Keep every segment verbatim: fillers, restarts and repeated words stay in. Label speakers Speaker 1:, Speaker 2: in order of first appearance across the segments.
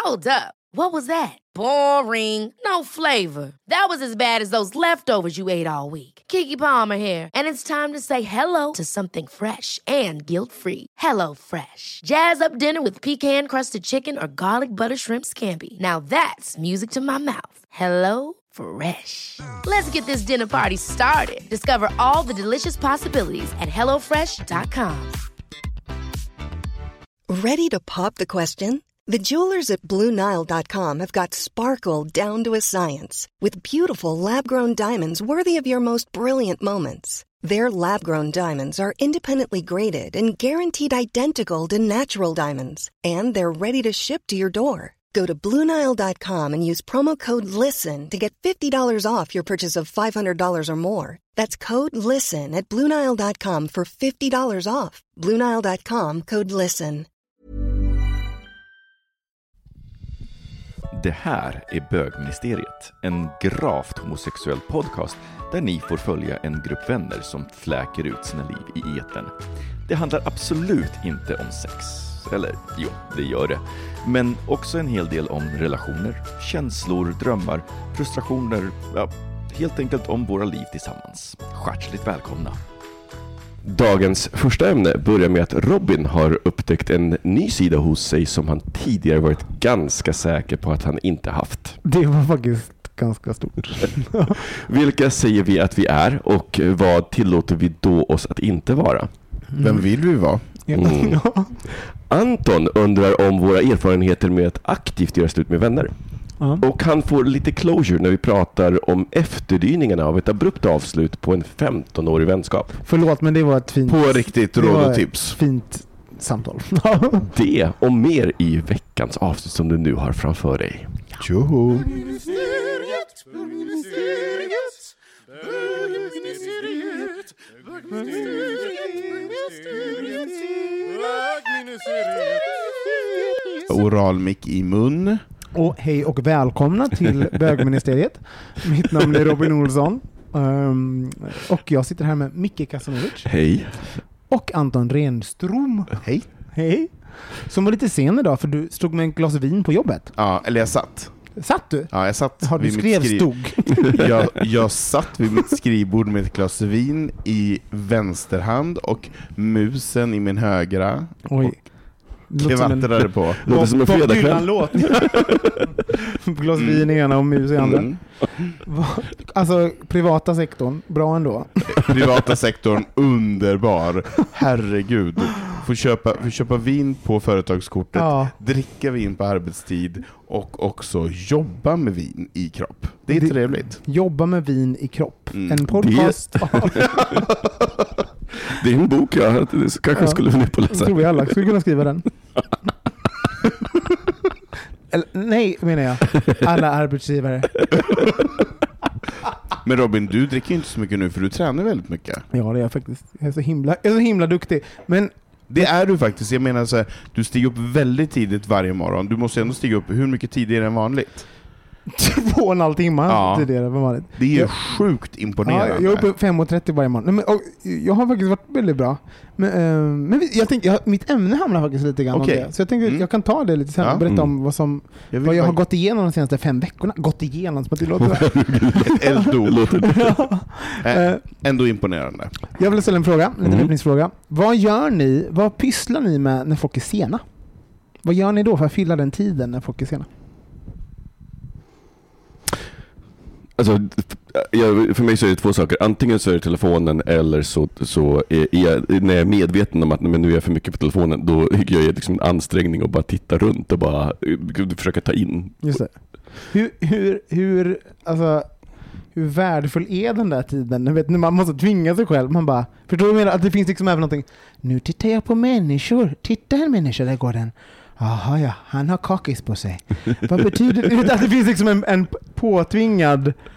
Speaker 1: Hold up. What was that? Boring. No flavor. That was as bad as those leftovers you ate all week. Keke Palmer here, and it's time to say hello to something fresh and guilt-free. Hello Fresh. Jazz up dinner with pecan-crusted chicken or garlic butter shrimp scampi. Now that's music to my mouth. Hello Fresh. Let's get this dinner party started. Discover all the delicious possibilities at hello fresh dot com.
Speaker 2: Ready to pop the question? The jewelers at Blue Nile dot com have got sparkle down to a science with beautiful lab-grown diamonds worthy of your most brilliant moments. Their lab-grown diamonds are independently graded and guaranteed identical to natural diamonds, and they're ready to ship to your door. Go to Blue Nile dot com and use promo code LISTEN to get fifty dollars off your purchase of five hundred dollars or more. That's code LISTEN at Blue Nile dot com for fifty dollars off. Blue Nile dot com, code LISTEN.
Speaker 3: Det här är Bögministeriet, en gravt homosexuell podcast där ni får följa en grupp vänner som fläker ut sina liv i etern. Det handlar absolut inte om sex. Eller, jo, det gör det. Men också en hel del om relationer, känslor, drömmar, frustrationer, ja, helt enkelt om våra liv tillsammans. Hjärtligt välkomna. Dagens första ämne börjar med att Robin har upptäckt en ny sida hos sig som han tidigare varit ganska säker på att han inte haft.
Speaker 4: Det var faktiskt ganska stort.
Speaker 3: Vilka säger vi att vi är och vad tillåter vi då oss att inte vara?
Speaker 5: Mm. Vem vill vi vara?
Speaker 3: Mm. Anton undrar om våra erfarenheter med att aktivt göra slut med vänner. Uh-huh. Och han får lite closure när vi pratar om efterdyningarna av ett abrupt avslut på en femton-årig vänskap.
Speaker 4: Förlåt, men det var ett fint...
Speaker 5: På riktigt råd och tips.
Speaker 4: Fint samtal.
Speaker 3: Det och mer i veckans avsnitt som du nu har framför dig.
Speaker 5: Tjoho!
Speaker 6: Bögministeriet, bögministeriet, bögministeriet, bögministeriet.
Speaker 5: Oralmick i mun.
Speaker 4: Och hej och välkomna till Bögministeriet. Mitt namn är Robin Olsson. Um, och jag sitter här med Micke Kasanovic.
Speaker 3: Hej.
Speaker 4: Och Anton Renström.
Speaker 5: Hej.
Speaker 4: Hej. Som var lite sen idag för du stod med en glas vin på jobbet.
Speaker 5: Ja, eller jag satt.
Speaker 4: Satt du?
Speaker 5: Ja, jag satt.
Speaker 4: Har du skrev
Speaker 5: skri-
Speaker 4: stod?
Speaker 5: jag, jag satt vid mitt skrivbord med ett glas vin i vänsterhand och musen i min högra.
Speaker 4: Oj.
Speaker 5: Kvattrade på.
Speaker 3: Låter som en fredagkväll.
Speaker 4: Låt. Glas vin i ena och mus i andra. Mm. Alltså, privata sektorn, bra ändå.
Speaker 5: Privata sektorn, underbar. Herregud. Få köpa, få köpa vin på företagskortet, ja. Dricka vin på arbetstid och också jobba med vin i kropp. Det är det, trevligt.
Speaker 4: Jobba med vin i kropp. Mm. En podcast.
Speaker 3: Det, det är en bok jag kanske ja. skulle vilja på läsa.
Speaker 4: Jag tror vi alla skulle kunna skriva den. Eller, nej, menar jag. Alla arbetsgivare.
Speaker 5: Men Robin, du dricker inte så mycket nu för du tränar väldigt mycket.
Speaker 4: Ja, det är jag faktiskt. Jag är så himla, jag är så himla duktig. Men
Speaker 5: det är du faktiskt. Jag menar så här, du stiger upp väldigt tidigt varje morgon. Du måste ändå stiga upp hur mycket tidigare än vanligt?
Speaker 4: Två och en halv timme
Speaker 5: ja.
Speaker 4: tidigare än vanligt.
Speaker 5: Det är ju
Speaker 4: jag,
Speaker 5: sjukt imponerande.
Speaker 4: Ja, jag är uppe fem och trettio varje morgon. Nej, men, och, jag har faktiskt varit väldigt bra. Men, uh, men jag tänkte, jag, mitt ämne hamnar faktiskt lite grann okay. om det. Så jag tänkte mm. jag kan ta det lite sen och ja. berätta om vad, som, jag, vad jag har gått igenom de senaste fem veckorna. Gått igenom, som att det låter
Speaker 5: Ändå. ja. Ändå imponerande.
Speaker 4: Jag vill ställa en fråga, en mm. fråga. Vad gör ni, vad pysslar ni med när folk är sena? Vad gör ni då för att fylla den tiden när folk är sena?
Speaker 3: Alltså, jag, för mig så är det två saker. Antingen så är det telefonen eller så, så är jag, när jag är medveten om att men nu är jag för mycket på telefonen, då gör jag liksom en ansträngning och bara titta runt och bara försöka ta in.
Speaker 4: Just det. Hur, hur, hur, alltså, hur värdefull är den där tiden? Jag vet, när man måste tvinga sig själv. Man bara, förstår du menar att det finns liksom även någonting. Nu tittar jag på människor. Titta här människor, där går den. Jaha ja, han har kakis på sig. Vad betyder det? Att det finns liksom en, en påtvingad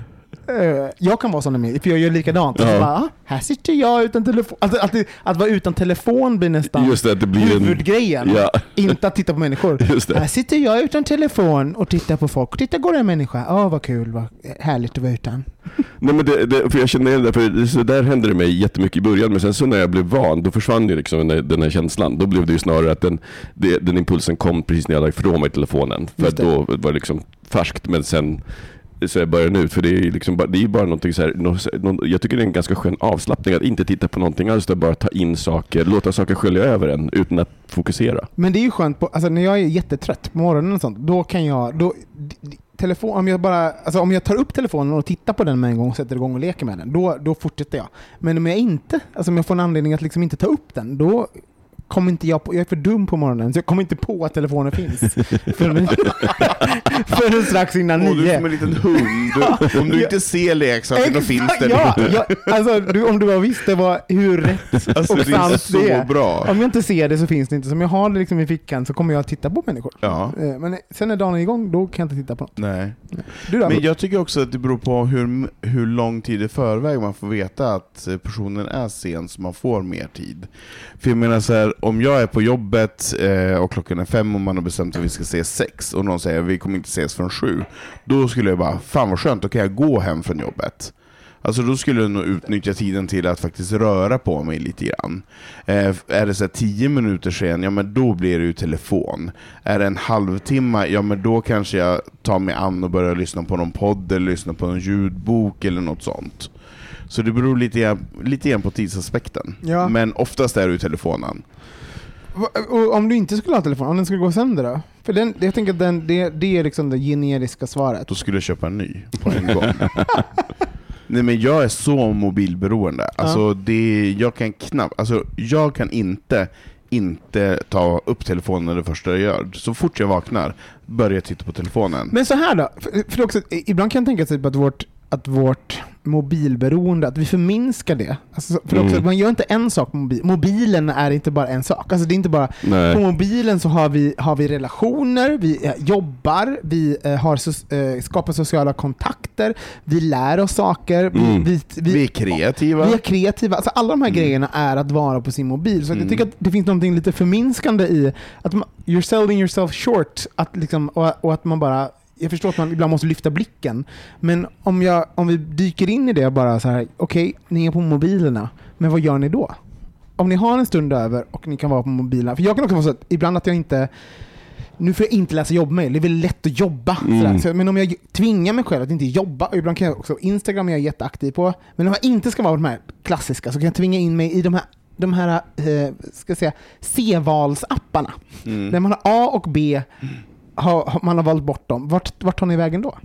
Speaker 4: Uh, jag kan vara sån med, för jag gör likadant. Ja. Så bara, ah, här sitter jag utan telefon. Alltså, att, att vara utan telefon blir nästan
Speaker 7: Just det, det blir
Speaker 4: huvudgrejen.
Speaker 7: En... Ja.
Speaker 4: Inte att titta på människor. Här sitter jag utan telefon och tittar på folk. Titta, går det en människa? Ja, oh, vad kul, vad härligt att vara utan.
Speaker 7: Nej, men det, det, för jag känner det, för så där hände det mig jättemycket i början, men sen så när jag blev van, då försvann ju liksom den, den här känslan. Då blev det ju snarare att den, det, den impulsen kom precis när jag la ifrån mig telefonen. För att då var det liksom färskt, men sen så jag börjar ut, för det är liksom bara, det är bara någonting så här, någon, jag tycker det är en ganska skön avslappning att inte titta på någonting alls, utan bara ta in saker, låta saker skölja över en utan att fokusera. Men det är ju skönt på, alltså när jag är jättetrött på morgonen och sånt, då kan jag då telefon, om jag bara, alltså om jag tar upp telefonen och tittar på den med en gång och sätter igång och leker med den, då, då fortsätter jag. Men om jag inte, alltså om jag får en anledning att liksom inte ta upp den, då kommer inte jag på, jag är för dum på morgonen så jag kommer inte på att telefonen finns förrän för en strax innan nio.
Speaker 5: Och du är som en liten hund. Du, om du inte ser leksaken, då finns det.
Speaker 4: Ja, ja, alltså du, om du bara visste vad, hur rätt
Speaker 5: alltså,
Speaker 4: och
Speaker 5: det är så
Speaker 4: det är.
Speaker 5: Bra.
Speaker 4: Om jag inte ser det så finns det inte. Som jag har det liksom i fickan så kommer jag att titta på människor.
Speaker 5: Ja.
Speaker 4: Men sen när dagen är igång, då kan jag inte titta på något.
Speaker 5: Nej.
Speaker 4: Du då?
Speaker 5: Men jag tycker också att det beror på hur, hur lång tid i förväg man får veta att personen är sen, så man får mer tid. För jag menar så här, om jag är på jobbet eh, och klockan är fem och man har bestämt att vi ska ses sex och någon säger att vi kommer inte ses förrän sju, då skulle jag bara, fan vad skönt, då kan jag gå hem från jobbet. Alltså då skulle jag nog utnyttja tiden till att faktiskt röra på mig lite grann. Eh, är det så här tio minuter sen, ja men då blir det ju telefon. Är det en halvtimme, ja men då kanske jag tar mig an och börjar lyssna på någon podd eller lyssna på en ljudbok eller något sånt. Så det beror lite grann, lite grann på tidsaspekten. Ja. Men oftast är det ju telefonen.
Speaker 4: Och om du inte skulle ha telefon, om den skulle gå sönder då? För den, jag tänker att den, det, det är liksom det generiska svaret.
Speaker 5: Då skulle jag köpa en ny på en gång. Nej, men jag är så mobilberoende. Alltså ja. det, jag kan knappt, alltså jag kan inte inte ta upp telefonen det första jag gör. Så fort jag vaknar börjar jag titta på telefonen. Men så här då, för, för också, ibland kan jag tänka sig att vårt att vårt mobilberoende, att vi förminskar det. Alltså, för också, mm. man gör inte en sak på mobil. Mobilen är inte bara en sak. Alltså, det är inte bara, på mobilen så har vi, har vi relationer, vi eh, jobbar, vi eh, har so- eh, skapar sociala kontakter, vi lär oss saker, vi, mm. vi, vi, vi är kreativa.
Speaker 4: Vi är kreativa. Alltså, alla de här mm. grejerna är att vara på sin mobil. Så mm. jag tycker att det finns något lite förminskande i att man, you're selling yourself short, att liksom, och, och att man bara, jag förstår att man ibland måste lyfta blicken, men om, jag, om vi dyker in i det bara så här, okej, okay, ni är på mobilerna, men vad gör ni då? Om ni har en stund över och ni kan vara på mobilerna, för jag kan också vara så att ibland att jag inte, nu får jag inte läsa jobbmail, det är väl lätt att jobba, mm. så, men om jag tvingar mig själv att inte jobba, och ibland kan jag också, Instagram är jag jätteaktiv på, men om jag inte ska vara de här klassiska så kan jag tvinga in mig i de här de här eh, ska jag säga, C-valsapparna, mm. där man har A och B. Har, man har valt bort dem. Vart, vart tar ni vägen då?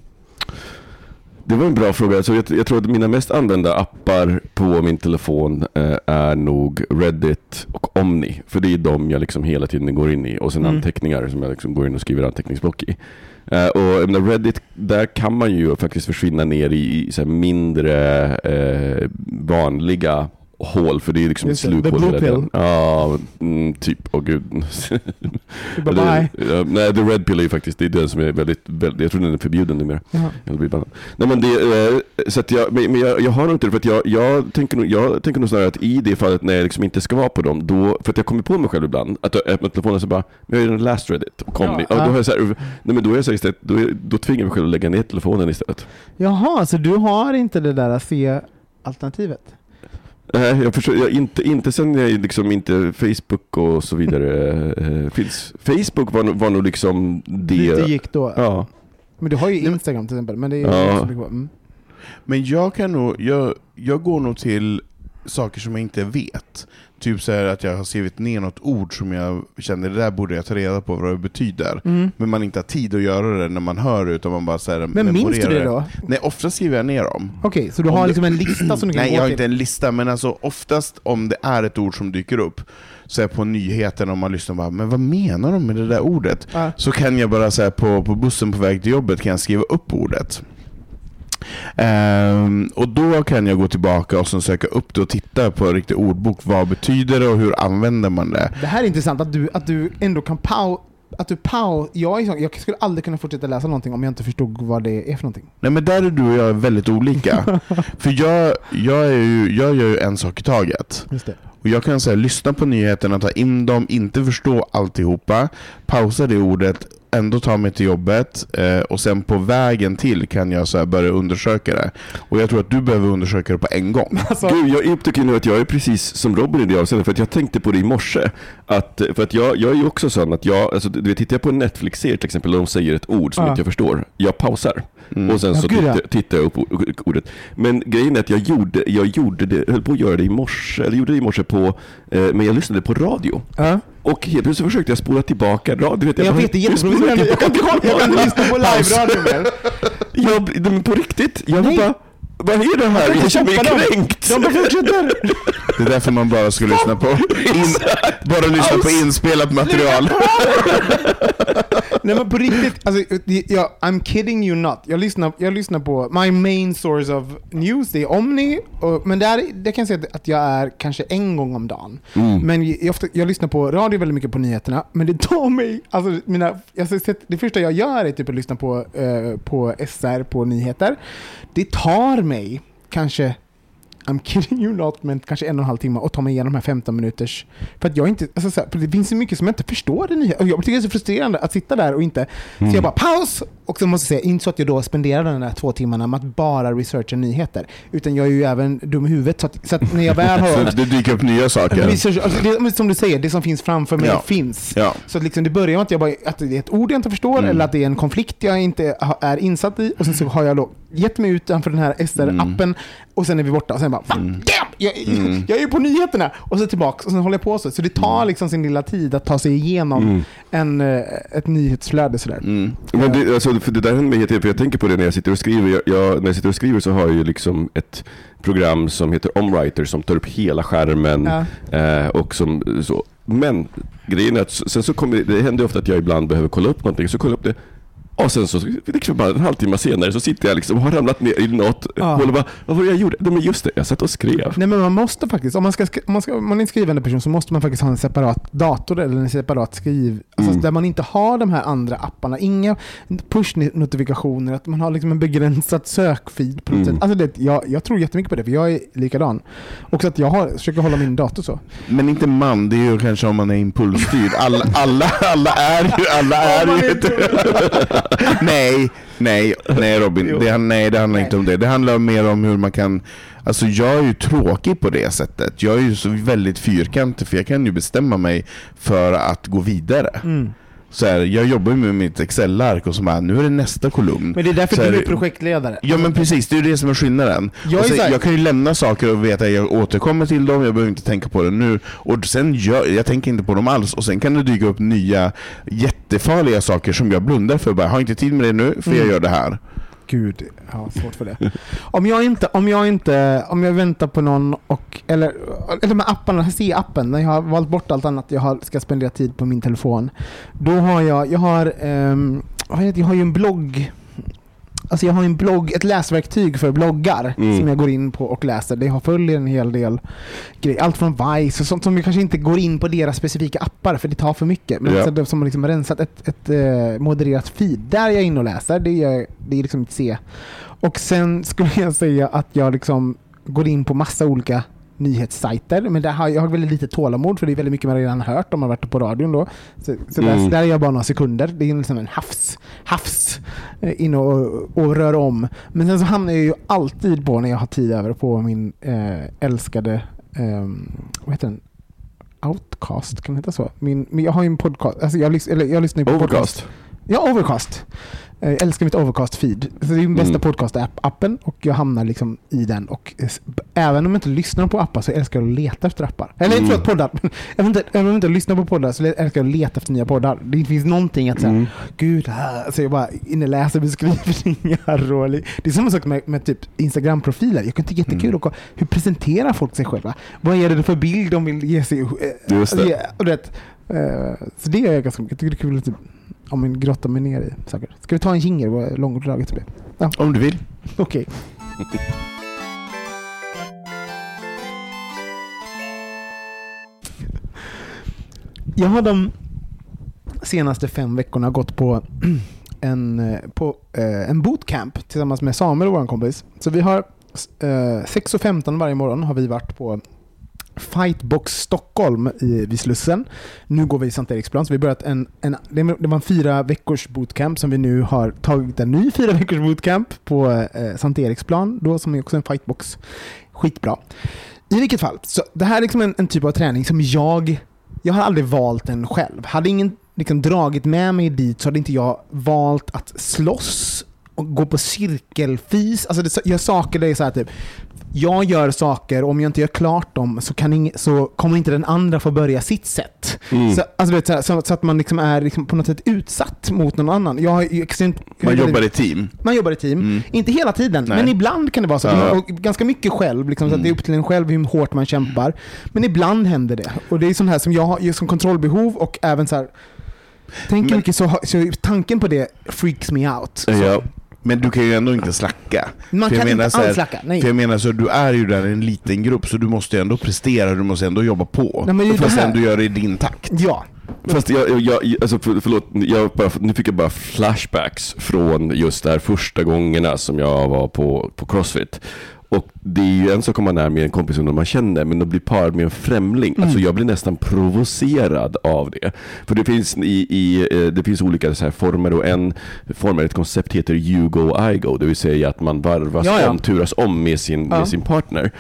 Speaker 7: Det var en bra fråga. Alltså jag, jag tror att mina mest använda appar på min telefon eh, är nog Reddit och Omni. För det är de jag liksom hela tiden går in i. Och sen mm. anteckningar som jag liksom går in och skriver anteckningsblock i. Uh, och uh, Reddit, där kan man ju faktiskt försvinna ner i, i så här mindre uh, vanliga hål, för det är liksom ett slut på hela den. Ja, mm, typ, åh oh, gud.
Speaker 4: Eller,
Speaker 7: uh, nej, the red pill är ju faktiskt, det är den som är väldigt, väldigt, jag tror den är förbjuden numera. Uh-huh. Nej, men det, uh, så att jag, men jag, jag har nog inte det, för att jag, jag tänker nog, jag tänker nog snarare att i det fallet när jag liksom inte ska vara på dem, då, för att jag kommer på mig själv ibland, att jag öppnar telefonen så bara, jag är den last Reddit, och kom ja, ja, då har jag så här, nej men då är jag så istället, då, är, då tvingar jag mig själv att lägga ner telefonen istället.
Speaker 4: Jaha, så du har inte det där C-alternativet?
Speaker 7: Nej, jag förstår, jag inte, inte sen jag liksom inte Facebook och så vidare äh, finns. Facebook var, var nog liksom det.
Speaker 4: Det gick då.
Speaker 7: Ja.
Speaker 4: Men du har ju Instagram till exempel, men det är
Speaker 5: ja.
Speaker 4: också mm.
Speaker 5: Men jag kan nog, jag, jag går nog till saker som jag inte vet. Typ så här att jag har skrivit ner något ord som jag känner, det där borde jag ta reda på vad det betyder. Mm. Men man inte har tid att göra det när man hör det, utan man bara så här,
Speaker 4: men minns du det då?
Speaker 5: Nej, ofta skriver jag ner dem.
Speaker 4: Okej, okay, så du har om liksom en lista som du kan
Speaker 5: nej,
Speaker 4: gå
Speaker 5: jag har
Speaker 4: till?
Speaker 5: inte en lista, men alltså oftast om det är ett ord som dyker upp, så är på nyheterna, om man lyssnar bara, men vad menar de med det där ordet? Äh. Så kan jag bara så här, på, på bussen på väg till jobbet kan jag skriva upp ordet. Um, och då kan jag gå tillbaka och så söka upp det och titta på en riktig ordbok. Vad betyder det och hur använder man det?
Speaker 4: Det här är intressant att du, att du ändå kan pau- att du paus, jag, är så, jag skulle aldrig kunna fortsätta läsa någonting om jag inte förstod vad det är för någonting.
Speaker 5: Nej, men där är du och jag väldigt olika. För jag, jag, är ju, jag gör ju en sak i taget.
Speaker 4: Just det.
Speaker 5: Och jag kan säga, lyssna på nyheterna, ta in dem, inte förstå alltihopa, pausa det ordet, ändå ta mig till jobbet eh, och sen på vägen till kan jag så här börja undersöka det. Och jag tror att du behöver undersöka det på en gång.
Speaker 7: Alltså, Gud, jag upptäcker nu att jag är precis som Robin i det avseendet, för att jag tänkte på det i morse. Att, för att jag, jag är ju också sån att jag, alltså, du vet, tittar jag på en Netflix-serie till exempel, och de säger ett ord som ja. inte jag förstår, jag pausar. Mm. Och sen så ja, tittar, tittar jag upp ordet. Men grejen är att jag gjorde, jag gjorde det, höll på att göra det i morse, eller gjorde det i morse på, eh, men jag lyssnade på radio. Ja. Och helt plötsligt försökte jag spola tillbaka radio. Vet jag,
Speaker 4: jag vet, det är jätteproblem. Jag kan inte jag kan lyssna på live-radio.
Speaker 7: Jag, men på riktigt, jag var bara, vad är det här? Jag känner mig kränkt.
Speaker 4: De bara fortsätter.
Speaker 5: Det är därför man bara ska lyssna på in, bara lyssna på inspelat material.
Speaker 4: Nej, men på riktigt, alltså, jag, I'm kidding you not. Jag lyssnar, jag lyssnar på my main source of news, det är Omni, och, men där, det kan jag säga att jag är kanske en gång om dagen. Mm. Men jag, ofta, jag lyssnar på radio väldigt mycket på nyheterna, men det tar mig, alltså mina, jag har sett, det första jag gör är typ att lyssna på, uh, på S R, på nyheter. Det tar mig kanske, I'm kidding you not, men kanske en och en halv timme och ta mig igenom de här femton minuters. För att jag inte, alltså så här, för det finns så mycket som jag inte förstår i nyheter. Och jag tycker det är så frustrerande att sitta där och inte, mm. så jag bara paus, och så måste jag säga, inte så att jag då spenderar den där två timmarna med att bara researcha nyheter, utan jag är ju även dum i huvudet, så att, så att när jag väl har...
Speaker 5: så det dyker upp nya saker.
Speaker 4: Research, alltså det, som du säger, det som finns framför mig ja. finns. Ja. Så att liksom det börjar med att, jag bara, att det är ett ord jag inte förstår, mm. eller att det är en konflikt jag inte är insatt i, och sen så har jag då gett mig utanför den här S R-appen, mm. och sen är vi borta, och sen bara, mm. damn, jag, mm. jag är ju på nyheterna, och så tillbaka, och sen håller jag på så. Så det tar liksom sin lilla tid att ta sig igenom mm. en, ett nyhetsflöde sådär.
Speaker 7: Mm. Men det, alltså, för det där händer mig, för jag tänker på det när jag sitter och skriver. Jag, jag, när jag sitter och skriver så har jag ju liksom ett program som heter OmWriter som tar upp hela skärmen, ja. eh, och som så. Men grejen är att sen så kommer det, det händer ofta att jag ibland behöver kolla upp någonting, så kolla upp det. Och sen så liksom bara en halvtimme senare så sitter jag liksom och har ramlat ner i något, ja. och bara, vad var det jag gjorde? Men just det, jag satt och skrev.
Speaker 4: Nej, men man måste faktiskt, om man ska, om man ska om man är en skrivande person, så måste man faktiskt ha en separat dator eller en separat skriv, alltså mm. där man inte har de här andra apparna, inga push-notifikationer, att man har liksom en begränsad sökfeed på något mm. sätt. Alltså det, jag, jag tror jättemycket på det, för jag är likadan. Och så att jag har, försöker hålla min dator så.
Speaker 5: Men inte man, det är ju kanske om man är impulsstyrd. Alla, alla, alla är ju, alla är ju nej, nej, nej Robin, det, nej, det handlar nej. inte om det. Det handlar mer om hur man kan, alltså jag är ju tråkig på det sättet. Jag är ju så väldigt fyrkantig, för jag kan ju bestämma mig för att gå vidare. Mm. Så här, jag jobbar med mitt Excel-ark och så bara, nu är det nästa kolumn.
Speaker 4: Men det är därför
Speaker 5: så här,
Speaker 4: du är projektledare.
Speaker 5: Ja, men precis, det är ju det som är skillnaden. Jag, är sen, jag kan ju lämna saker och veta att jag återkommer till dem, jag behöver inte tänka på det nu. Och sen gör, jag tänker inte på dem alls. Och sen kan det dyka upp nya jättefarliga saker som jag blundar för. Bara, har inte tid med det nu, för mm. jag gör det här.
Speaker 4: Gud, jag har svårt för det. Om jag inte, om jag inte, om jag väntar på någon och, eller, eller med apparna, se-appen, när jag har valt bort allt annat, jag har, ska spendera tid på min telefon, då har jag, jag har, um, jag har ju en blogg, alltså jag har en blogg, ett läsverktyg för bloggar mm. som jag går in på och läser. Det har följer en hel del grejer, allt från Vice och sånt som vi kanske inte går in på deras specifika appar, för det tar för mycket. Men ja. alltså, som har liksom rensat ett, ett uh, modererat feed, där jag är inne och läser, det är, det är liksom inte se. Och sen skulle jag säga att jag liksom går in på massa olika nyhetssajter, men där har jag har väldigt lite tålamod, för det är väldigt mycket man redan hört om man varit på radion då. Så, så mm. där, där är jag bara några sekunder. Det är liksom en havs, havs in och, och rör om. Men sen så hamnar jag ju alltid på, när jag har tid över, på min eh, älskade eh, vad heter den? Outcast, kan det heta så? Min, min, jag har ju en podcast, alltså jag, eller, jag lyssnar på
Speaker 7: Overcast.
Speaker 4: podcast. Ja, Overcast. Jag älskar mitt Overcast-feed. Så det är den bästa mm. podcast-appen, och jag hamnar liksom i den. Och även om jag inte lyssnar på appar, så älskar jag att leta efter appar. Eller mm. förlåt, poddar. Även om jag inte, inte lyssnar på poddar, så älskar jag att leta efter nya poddar. Det finns någonting att säga, mm. gud, här. Så jag bara inläser beskrivningar. Och, det är samma sak med, med typ Instagram-profiler. Jag kan tycka jättekul. Mm. Och, hur presenterar folk sig själva? Vad är det för bild de vill ge sig?
Speaker 7: Just det.
Speaker 4: Och det så det är jag ganska mycket. Jag tycker det är kul att typ, om en grotta mig ner i saker. Ska vi ta en jinger? Vad långdraget det blir? Ja.
Speaker 5: Om du vill.
Speaker 4: Okej. Okay. Jag har de... senaste fem veckorna gått på en, på, eh, en bootcamp tillsammans med Samuel och vår kompis. Så vi har eh, sex och femton varje morgon har vi varit på Fightbox Stockholm i vid Slussen. Nu går vi i Sankt Eriksplan, så vi börjat en, en det var en fyra veckors bootcamp som vi nu har tagit en ny fyra veckors bootcamp på eh, Sankt Eriksplan då, som är också en Fightbox. Skitbra. I vilket fall, så det här är liksom en, en typ av träning som jag jag har aldrig valt den själv. Hade ingen liksom dragit med mig dit så hade inte jag valt att slåss och gå på cirkelfis. Alltså det, jag saker det är så här typ jag gör saker, om jag inte gör klart dem så, kan ing, så kommer inte den andra få börja sitt sätt. Mm. Så, alltså, vet, så, så, så att man liksom är liksom på något sätt utsatt mot någon annan. Jag, jag, jag,
Speaker 5: man jobbar i team.
Speaker 4: Man jobbar i team. Mm. Inte hela tiden, Nej. men ibland kan det vara så. Ja. Och ganska mycket själv. Liksom, mm. så att det är upp till en själv hur hårt man kämpar. Men ibland händer det. Och det är sånt här som jag har som kontrollbehov och även så här tänker men, mycket så, så tanken på det freaks me out. Så.
Speaker 5: Ja. Men du kan ju ändå inte slacka.
Speaker 4: Man
Speaker 5: för
Speaker 4: kan
Speaker 5: jag menar,
Speaker 4: inte alls slacka, nej.
Speaker 5: För jag menar så du är ju där i en liten grupp så du måste ändå prestera, du måste ändå jobba på.
Speaker 4: Nej, men
Speaker 5: fast ändå gör det i din takt.
Speaker 4: Ja.
Speaker 7: Fast jag, jag, alltså för, förlåt, jag bara, nu fick jag bara flashbacks från just där första gångerna som jag var på, på CrossFit. Och det är ju en sak om man är med en kompis som man känner, men att bli par med en främling. Mm. Alltså jag blir nästan provocerad av det. För det finns i, i det finns olika så här former, och en form är ett koncept heter you go I go, det vill säga att man varvas ja, ja. om, turas om med sin, ja. med sin partner.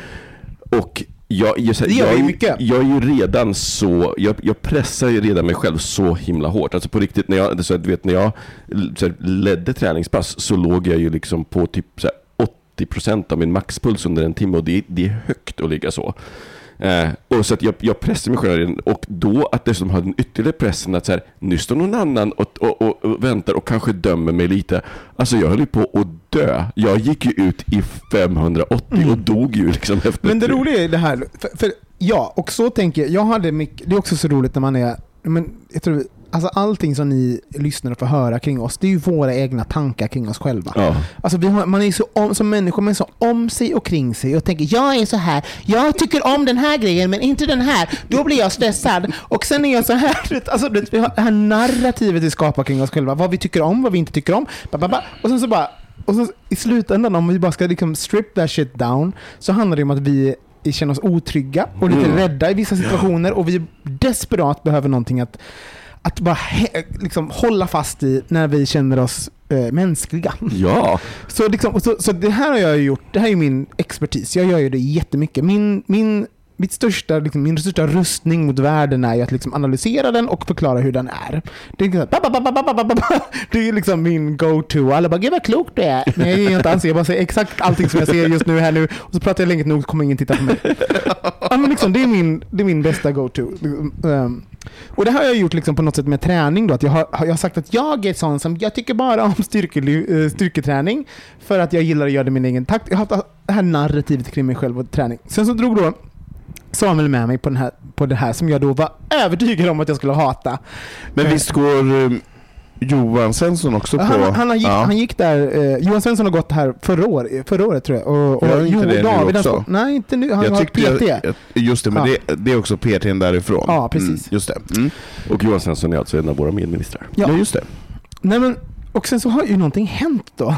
Speaker 7: Och jag, jag, jag, jag, jag är ju redan så jag, jag pressar ju redan mig själv så himla hårt. Alltså på riktigt, när jag, så att, vet, när jag så här, ledde träningspass så låg jag ju liksom på typ så här, åttio procent av min maxpuls under en timme, och det, det är högt att ligga så. Eh, och så att jag, jag pressar mig själv, och då att dessutom har den ytterligare pressen att så här, nu står någon annan och, och, och, och väntar och kanske dömer mig lite. Alltså jag höll ju på att dö. Jag gick ju ut i femhundraåttio mm. och dog ju liksom efter.
Speaker 4: Men det roliga är det här, för, för ja, och så tänker jag, jag hade mycket, det är också så roligt när man är, men jag tror alltså allting som ni lyssnar och får höra kring oss, det är ju våra egna tankar kring oss själva. Ja. Alltså vi har, man är så om, som människor, man är så om sig och kring sig och tänker, jag är så här, jag tycker om den här grejen men inte den här, då blir jag stressad. Och sen är jag så här, alltså vi har det här narrativet vi skapar kring oss själva, vad vi tycker om, vad vi inte tycker om, och sen så bara, och så i slutändan om vi bara ska liksom strip that shit down, så handlar det om att vi vi känner oss otrygga och lite mm. rädda i vissa situationer, och vi desperat behöver någonting att att bara he- liksom hålla fast i när vi känner oss äh, mänskliga.
Speaker 7: Ja.
Speaker 4: Så, liksom, så, så det här har jag gjort, det här är min expertis. Jag gör ju det jättemycket. Min, min, mitt största, liksom, min största rustning mot världen är att liksom analysera den och förklara hur den är. Det är, liksom, det är liksom min go-to. Alla bara, gud vad klokt det är. Men jag är inte alls, jag bara säger exakt allting som jag ser just nu här nu. Och så pratar jag länge nog, kommer ingen titta på mig. Ja, men liksom, det, är min, det är min bästa go-to. Um, Och det har jag gjort liksom på något sätt med träning då, att jag har, jag har sagt att jag är sån som jag tycker bara om styrke, styrketräning för att jag gillar att göra det i min egen takt. Jag har haft det här narrativet kring mig själv och träning. Sen så drog då Samuel med mig på, den här, på det här som jag då var övertygad om att jag skulle hata.
Speaker 5: Men visst går um, Johan Svensson också på...
Speaker 4: Han, han, gick, ja. han gick där, eh, Johan Svensson har gått här förra, år, förra året tror jag. Och, och
Speaker 5: jag inte det David, nu också.
Speaker 4: Han, nej, inte nu. Han
Speaker 5: jag
Speaker 4: har P T.
Speaker 5: Jag, just det, men ja. det, det är också P T därifrån.
Speaker 4: Ja, precis.
Speaker 5: Mm, just det. Mm.
Speaker 7: Och Johan Svensson är alltså en av våra medministrar.
Speaker 4: Ja,
Speaker 5: ja just det.
Speaker 4: Nej, men, och sen så har ju någonting hänt då.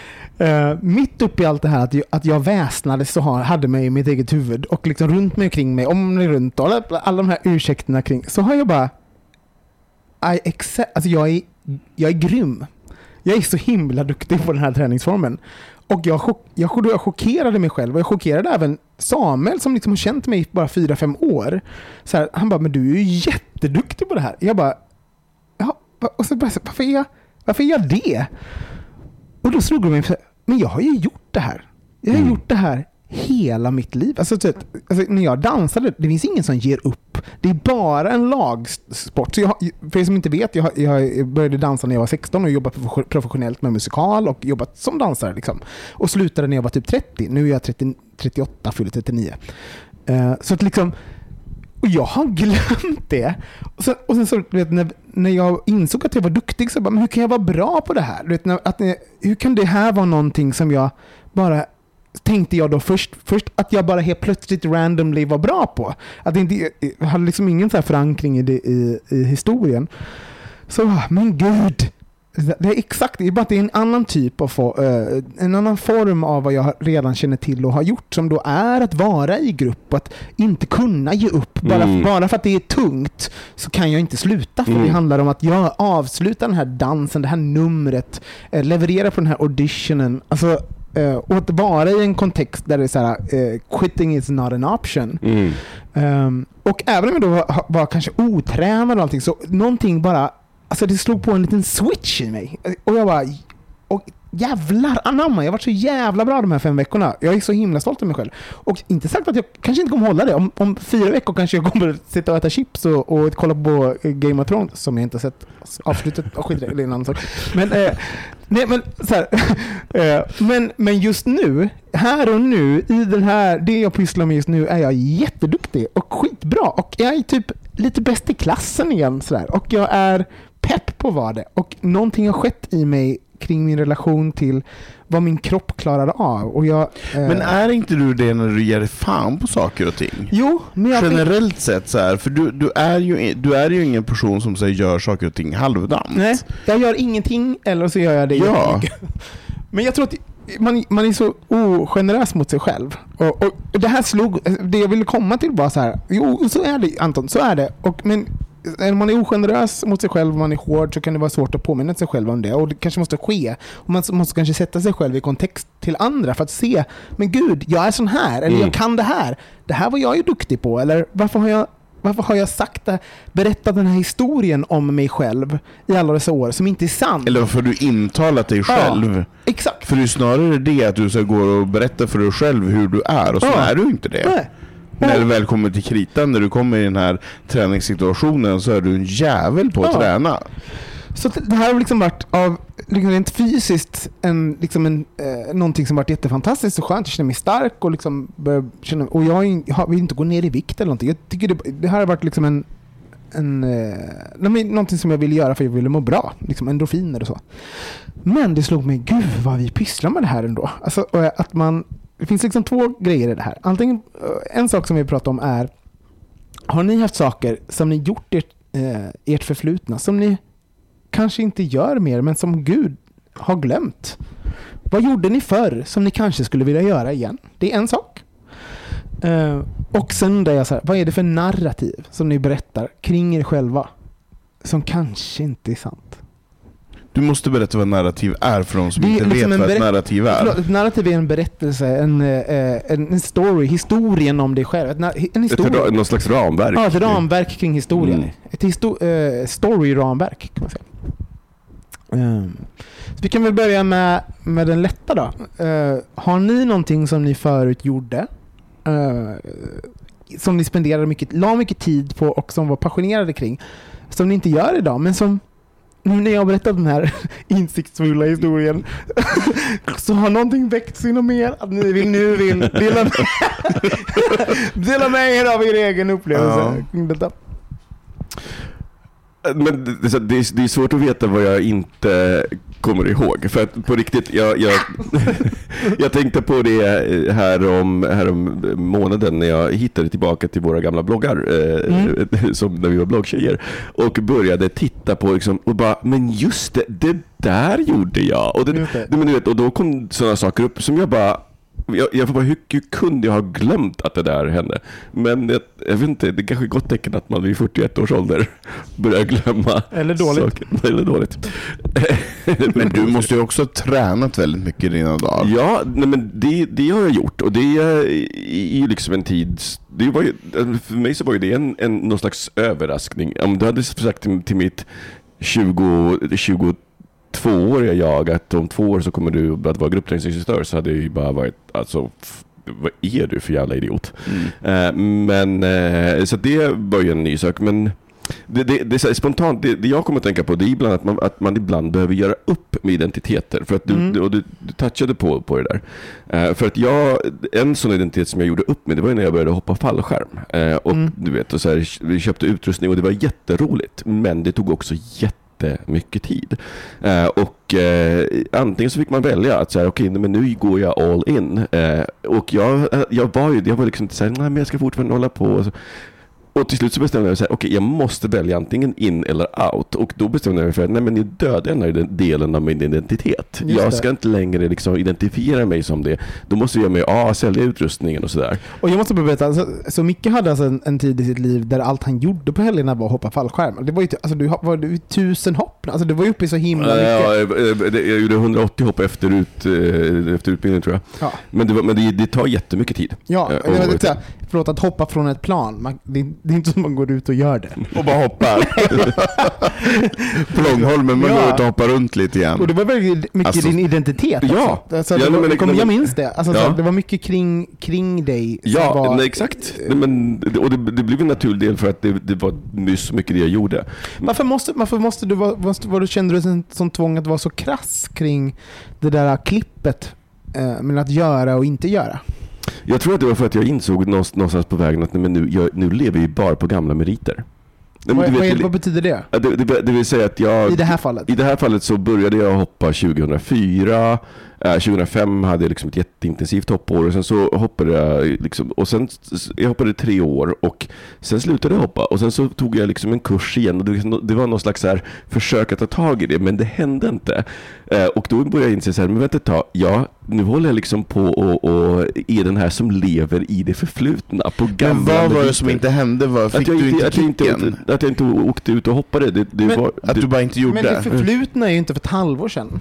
Speaker 4: Uh, mitt uppe i allt det här att jag, att jag väsnade så har, hade mig i mitt eget huvud och liksom runt mig och kring mig, om mig runt och alla, alla de här ursäkterna kring, så har jag bara I accept, alltså jag är, jag är grym. Jag är så himla duktig på den här träningsformen. Och jag, chock, jag, jag chockerade mig själv, och jag chockerade även Samuel som liksom har känt mig i bara fyra, fem år. Så här, han bara, men du är ju jätteduktig på det här. Jag bara, ja, och så bara, varför är jag, varför är jag det? Och då slog det mig, men jag har ju gjort det här. Jag har mm. gjort det här hela mitt liv. Alltså, typ, alltså, när jag dansade, det finns ingen som ger upp. Det är bara en lagsport. Så jag, för er som inte vet, jag, jag började dansa när jag var sexton och jobbade professionellt med musikal och jobbat som dansare. Liksom. Och slutade när jag var typ trettio. Nu är jag trettio, trettioåtta, fyller trettionio. Uh, så att liksom, och jag har glömt det. Och sen, och sen så, vet, när, när jag insåg att jag var duktig så bara, men hur kan jag vara bra på det här? Vet, när, att, hur kan det här vara någonting som jag bara tänkte jag då först, först att jag bara helt plötsligt randomly var bra på. Att det inte, jag hade liksom ingen så här förankring i, det, i, i historien. Så, men gud. Det är exakt, det är bara att det är en annan typ av uh, en annan form av vad jag redan känner till och har gjort, som då är att vara i grupp, att inte kunna ge upp. Bara, mm. bara för att det är tungt så kan jag inte sluta, för mm. det handlar om att jag avslutar den här dansen, det här numret, eh, levererar på den här auditionen. Alltså, eh, och att vara i en kontext där det är så här, eh, quitting is not an option. Mm. Um, och även om jag då var, var kanske otränad och allting, så någonting bara, alltså det slog på en liten switch i mig. Och jag bara, och jävlar anamma, jag har varit så jävla bra de här fem veckorna. Jag är så himla stolt över mig själv. Och inte sagt att jag kanske inte kommer hålla det. Om, om fyra veckor kanske jag kommer sitta och äta chips och, och kolla på Game of Thrones, som jag inte har sett avslutet. Oh, skit, det är en annan sak. Men, eh, nej, men, så här, eh, men, men just nu, här och nu, i den här, det jag pysslar med just nu, är jag jätteduktig och skitbra. Och jag är typ lite bäst i klassen igen. Så där. Och jag är pepp på vad det. Och någonting har skett i mig kring min relation till vad min kropp klarar av. Och jag, eh...
Speaker 5: Men är inte du det när du ger dig fan på saker och ting?
Speaker 4: Jo, men jag...
Speaker 5: Generellt sett så här, för du, du, är ju, du är ju ingen person som säger gör saker och ting halvdant.
Speaker 4: Nej, jag gör ingenting eller så gör jag det.
Speaker 5: Ja.
Speaker 4: Men jag tror att man, man är så ogenerös mot sig själv. Och, och det här slog, det jag ville komma till var så här, jo, så är det Anton, så är det. Och, men när man är ogenerös mot sig själv, man är hård, så kan det vara svårt att påminna sig själv om det. Och det kanske måste ske. Och man måste kanske sätta sig själv i kontext till andra för att se, men gud, jag är sån här. Eller mm. jag kan det här. Det här var jag ju duktig på. Eller varför har jag, varför har jag sagt det, berättat den här historien om mig själv i alla dessa år som inte är sann?
Speaker 5: Eller varför du intalat dig själv?
Speaker 4: Ja, exakt.
Speaker 5: För det är snarare det att du ska gå och berätta för dig själv hur du är. Och så ja. är du inte det. Nej. När du väl kommer till kritan, när du kommer i den här träningssituationen, så är du en jävel på att ja. träna.
Speaker 4: Så det här har liksom varit av liksom rent fysiskt en, liksom en, eh, någonting som varit jättefantastiskt och skönt. Jag känner mig stark och, liksom känna, och jag, jag vill inte gå ner i vikt eller någonting. Jag tycker det, det här har varit liksom en, en eh, någonting som jag ville göra för att jag ville må bra. Liksom endorfiner och så. Men det slog mig, gud vad vi pysslar med det här ändå. Alltså att man... Det finns liksom två grejer i det här. Antingen, en sak som vi pratar om är, har ni haft saker som ni gjort ert, eh, ert förflutna som ni kanske inte gör mer, men som Gud har glömt? Vad gjorde ni förr som ni kanske skulle vilja göra igen? Det är en sak. Eh, och sen där jag så här, vad är det för narrativ som ni berättar kring er själva som kanske inte är sant?
Speaker 5: Du måste berätta vad narrativ är för de som
Speaker 4: det
Speaker 5: inte
Speaker 4: liksom
Speaker 5: vet vad
Speaker 4: berätt-
Speaker 5: ett narrativ är.
Speaker 4: Förlåt, ett narrativ är en berättelse, en, en, en story, historien om dig själv. En, en historia.
Speaker 7: Ett, någon slags ramverk.
Speaker 4: Ja, ett ramverk kring historien. Mm. Ett histo- uh, story-ramverk kan man säga. Um, så vi kan väl börja med, med den lätta då. Uh, har ni någonting som ni förut gjorde? Uh, som ni spenderade mycket, la mycket tid på och som var passionerade kring? Som ni inte gör idag, men som nu när jag berättat den här insiktsfulla historien så har någonting väckts inom er att ni vill nu vill dela med, dela med er av er egen upplevelse kring detta.
Speaker 7: Men det, det, är, det är svårt att veta vad jag inte kommer ihåg. För att på riktigt, jag, jag, jag tänkte på det här om, här om månaden när jag hittade tillbaka till våra gamla bloggar eh, mm. som när vi var bloggtjejer och började titta på liksom, och bara, men just det, det där gjorde jag. Och, det, det. Men du vet, och då kom sådana saker upp som jag bara Jag, jag får bara, hur, hur kunde jag ha glömt att det där hände? Men jag, jag vet inte, det är kanske är gott tecken att man vid fyrtioett års ålder börjar glömma.
Speaker 4: Eller dåligt.
Speaker 7: Saker. Eller dåligt.
Speaker 5: Men du måste ju också ha tränat väldigt mycket i dina dagar.
Speaker 7: Ja, nej, men det, det har jag gjort. Och det är ju liksom en tid... Det var ju, för mig så var ju det en, en, någon slags överraskning. Om du hade sagt till, till mitt tjugo, tjugo tvååriga jag att om två år så kommer du att vara gruppträningsinstruktör, så hade jag ju bara varit, alltså, f- vad är du för jävla idiot? Mm. Uh, men uh, så det var ju en ny sak, men det, det, det är så spontant, det, det jag kommer att tänka på, det är ibland att man, att man ibland behöver göra upp med identiteter, för att du, mm. du, och du, du touchade på, på det där. Uh, för att jag, en sån identitet som jag gjorde upp med, det var ju när jag började hoppa fallskärm. Uh, och mm. du vet, och så här, vi köpte utrustning och det var jätteroligt, men det tog också jätte mycket tid. Uh, och uh, antingen så fick man välja att säga okej, okay, men nu går jag all in. Uh, och jag, jag var ju jag var liksom inte så här, nej, men jag ska fortfarande hålla på. Och, så. och till slut så bestämde jag mig så här, okej, okay, jag måste välja antingen in eller out. Och då bestämde jag mig för att nej, men jag dödar den här delen av min identitet. Just jag ska det. inte längre liksom identifiera mig som det. Då måste jag med ah, sälja utrustningen och sådär.
Speaker 4: Och jag måste berätta, alltså, så Micke hade alltså en, en tid i sitt liv där allt han gjorde på helgerna var att hoppa fallskärm. Det var ju, alltså, du var du, tusen hopp. Alltså, det var ju uppe i så himla mycket.
Speaker 7: Ja, jag, jag gjorde hundraåttio hopp efter, ut, efter utbildningen, tror jag. Ja. Men, det, var, men det, det tar jättemycket tid.
Speaker 4: Ja, jag vet inte. Förlåt, att hoppa från ett plan. Man, det, det är inte som man går ut och gör det.
Speaker 5: Och bara hoppar. På Långholmen, man ja. går ut och hoppar runt lite igen.
Speaker 4: Och det var väldigt mycket alltså, din identitet.
Speaker 7: Ja.
Speaker 4: Alltså, ja,
Speaker 7: var,
Speaker 4: men, kom, jag minns det. Alltså, ja. så, det var mycket kring, kring dig.
Speaker 7: Ja,
Speaker 4: var,
Speaker 7: nej, exakt. Nej, men, och det, det blev en naturlig del för att det, det var så mycket det jag gjorde.
Speaker 4: Varför måste, varför måste du vara, måste, var du kände du en sån tvång att vara så krass kring det där klippet eh, med att göra och inte göra?
Speaker 7: Jag tror att det var för att jag insåg någonstans på vägen att nej, men nu, jag, nu lever vi bara på gamla meriter.
Speaker 4: Nej, vad, vet, vad, vad betyder det?
Speaker 7: Det, det? Det vill säga att jag...
Speaker 4: I det här fallet?
Speaker 7: I det här fallet så började jag hoppa tjugohundrafyra. Eh, tjugohundrafem hade jag liksom ett jätteintensivt hoppår. Och sen så hoppade jag liksom... Och sen jag hoppade tre år. Och sen slutade jag hoppa. Och sen så tog jag liksom en kurs igen. Och det, det var någon slags så här försök att ta tag i det. Men det hände inte. Eh, och då började jag inse så här... Men vänta ett tag. Ja, nu håller jag liksom på och, och är den här som lever i det förflutna. På gamla
Speaker 5: men vad var det som inte hände? Var, fick
Speaker 7: att jag
Speaker 5: du
Speaker 7: inte,
Speaker 5: inte
Speaker 7: att jag inte, att jag inte åkte ut och hoppade. Det, det
Speaker 4: men,
Speaker 7: var,
Speaker 5: att
Speaker 7: det,
Speaker 5: du bara inte gjorde
Speaker 4: men det förflutna är ju inte för ett halvår sedan.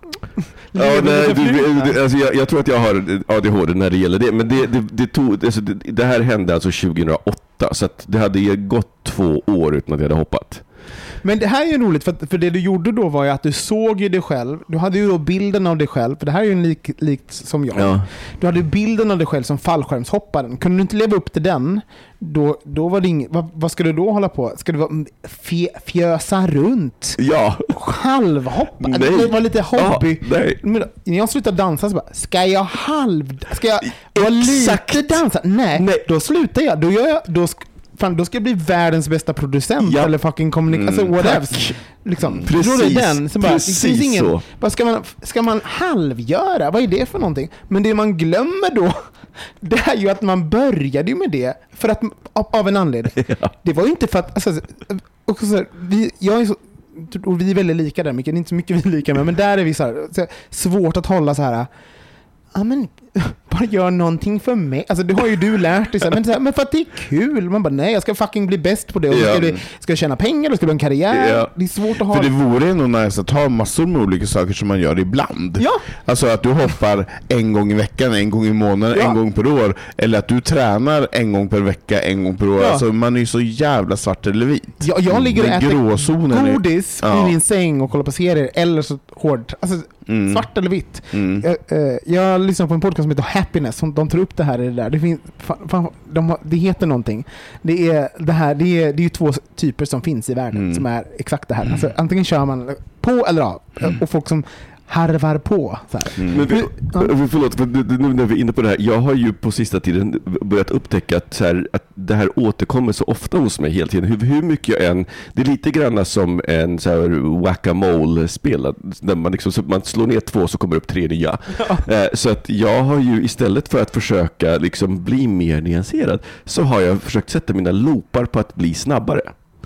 Speaker 7: Ja, nej, det, det, alltså jag, jag tror att jag har A D H D när det gäller det. Men det, det, det, tog, alltså det, det här hände alltså tjugohundraåtta. Så att det hade gått två år utan att jag hade hoppat.
Speaker 4: Men det här är ju roligt, för, för det du gjorde då var ju att du såg ju dig själv. Du hade ju då bilden av dig själv, för det här är ju en lik, likt som jag. Ja. Du hade bilden av dig själv som fallskärmshopparen. Kunde du inte leva upp till den, då, då var det inget... Vad, vad ska du då hålla på? Ska du vara fj, fjösa runt?
Speaker 7: Ja.
Speaker 4: Halvhoppa? Nej. Det var lite hobby. Ja, nej. Men när jag slutade dansa så bara, ska jag halv... Ska jag vara lite dansa? Nej, nej, då slutar jag. Då gör jag... Då sk- Fan, då ska jag bli världens bästa producent ja. eller fucking kommunikation, alltså
Speaker 7: mm,
Speaker 4: whatever. Liksom.
Speaker 7: Mm, precis,
Speaker 4: den, så bara,
Speaker 7: precis
Speaker 4: det finns ingen,
Speaker 7: så.
Speaker 4: Bara, ska, man, ska man halvgöra? Vad är det för någonting? Men det man glömmer då, det är ju att man började ju med det för att, av, av en anledning. Ja. Det var ju inte för att, alltså, också så här, vi, jag är så, och vi är väldigt lika där, mycket, det är inte så mycket vi är lika med, men där är vi så här, så här svårt att hålla så här. Ja, men bara gör någonting för mig. Alltså det har ju du lärt dig så här, men, så här, men för att det är kul. Man bara, nej, jag ska fucking bli bäst på det. Och ja. ska, bli, ska jag tjäna pengar, och ska bli en karriär. Ja. Det är svårt att ha.
Speaker 5: För det vore nog nice att ha massor med olika saker som man gör ibland.
Speaker 4: Ja.
Speaker 5: Alltså att du hoppar en gång i veckan, en gång i månaden, ja. en gång per år. Eller att du tränar en gång per vecka, en gång per år. Ja. Alltså man är ju så jävla svart eller vit.
Speaker 4: Ja, jag ligger och äter godis
Speaker 5: ja.
Speaker 4: i min säng och kollar på serier. Eller så hård. Alltså mm. svart eller vitt. Mm. Jag, uh, jag lyssnar på en podcast som heter Happiness. Som de tar upp det här i det där. Det, finns, fan, fan, de har, det heter någonting. Det är det här. Det är, det är ju två typer som finns i världen mm. som är exakt det här. Alltså, antingen kör man på eller av. Mm. Och folk som harvar på. Så här.
Speaker 7: Mm. Men vi, ja. Förlåt, för nu när vi är inne på det här. Jag har ju på sista tiden börjat upptäcka att, så här, att det här återkommer så ofta hos mig hela tiden. Hur, hur mycket jag än... Det är lite grann som en så här whack-a-mole-spel. Där man, liksom, så man slår ner två så kommer upp tre nya. Ja. Eh, så att jag har ju istället för att försöka liksom bli mer nyanserad, så har jag försökt sätta mina loopar på att bli snabbare.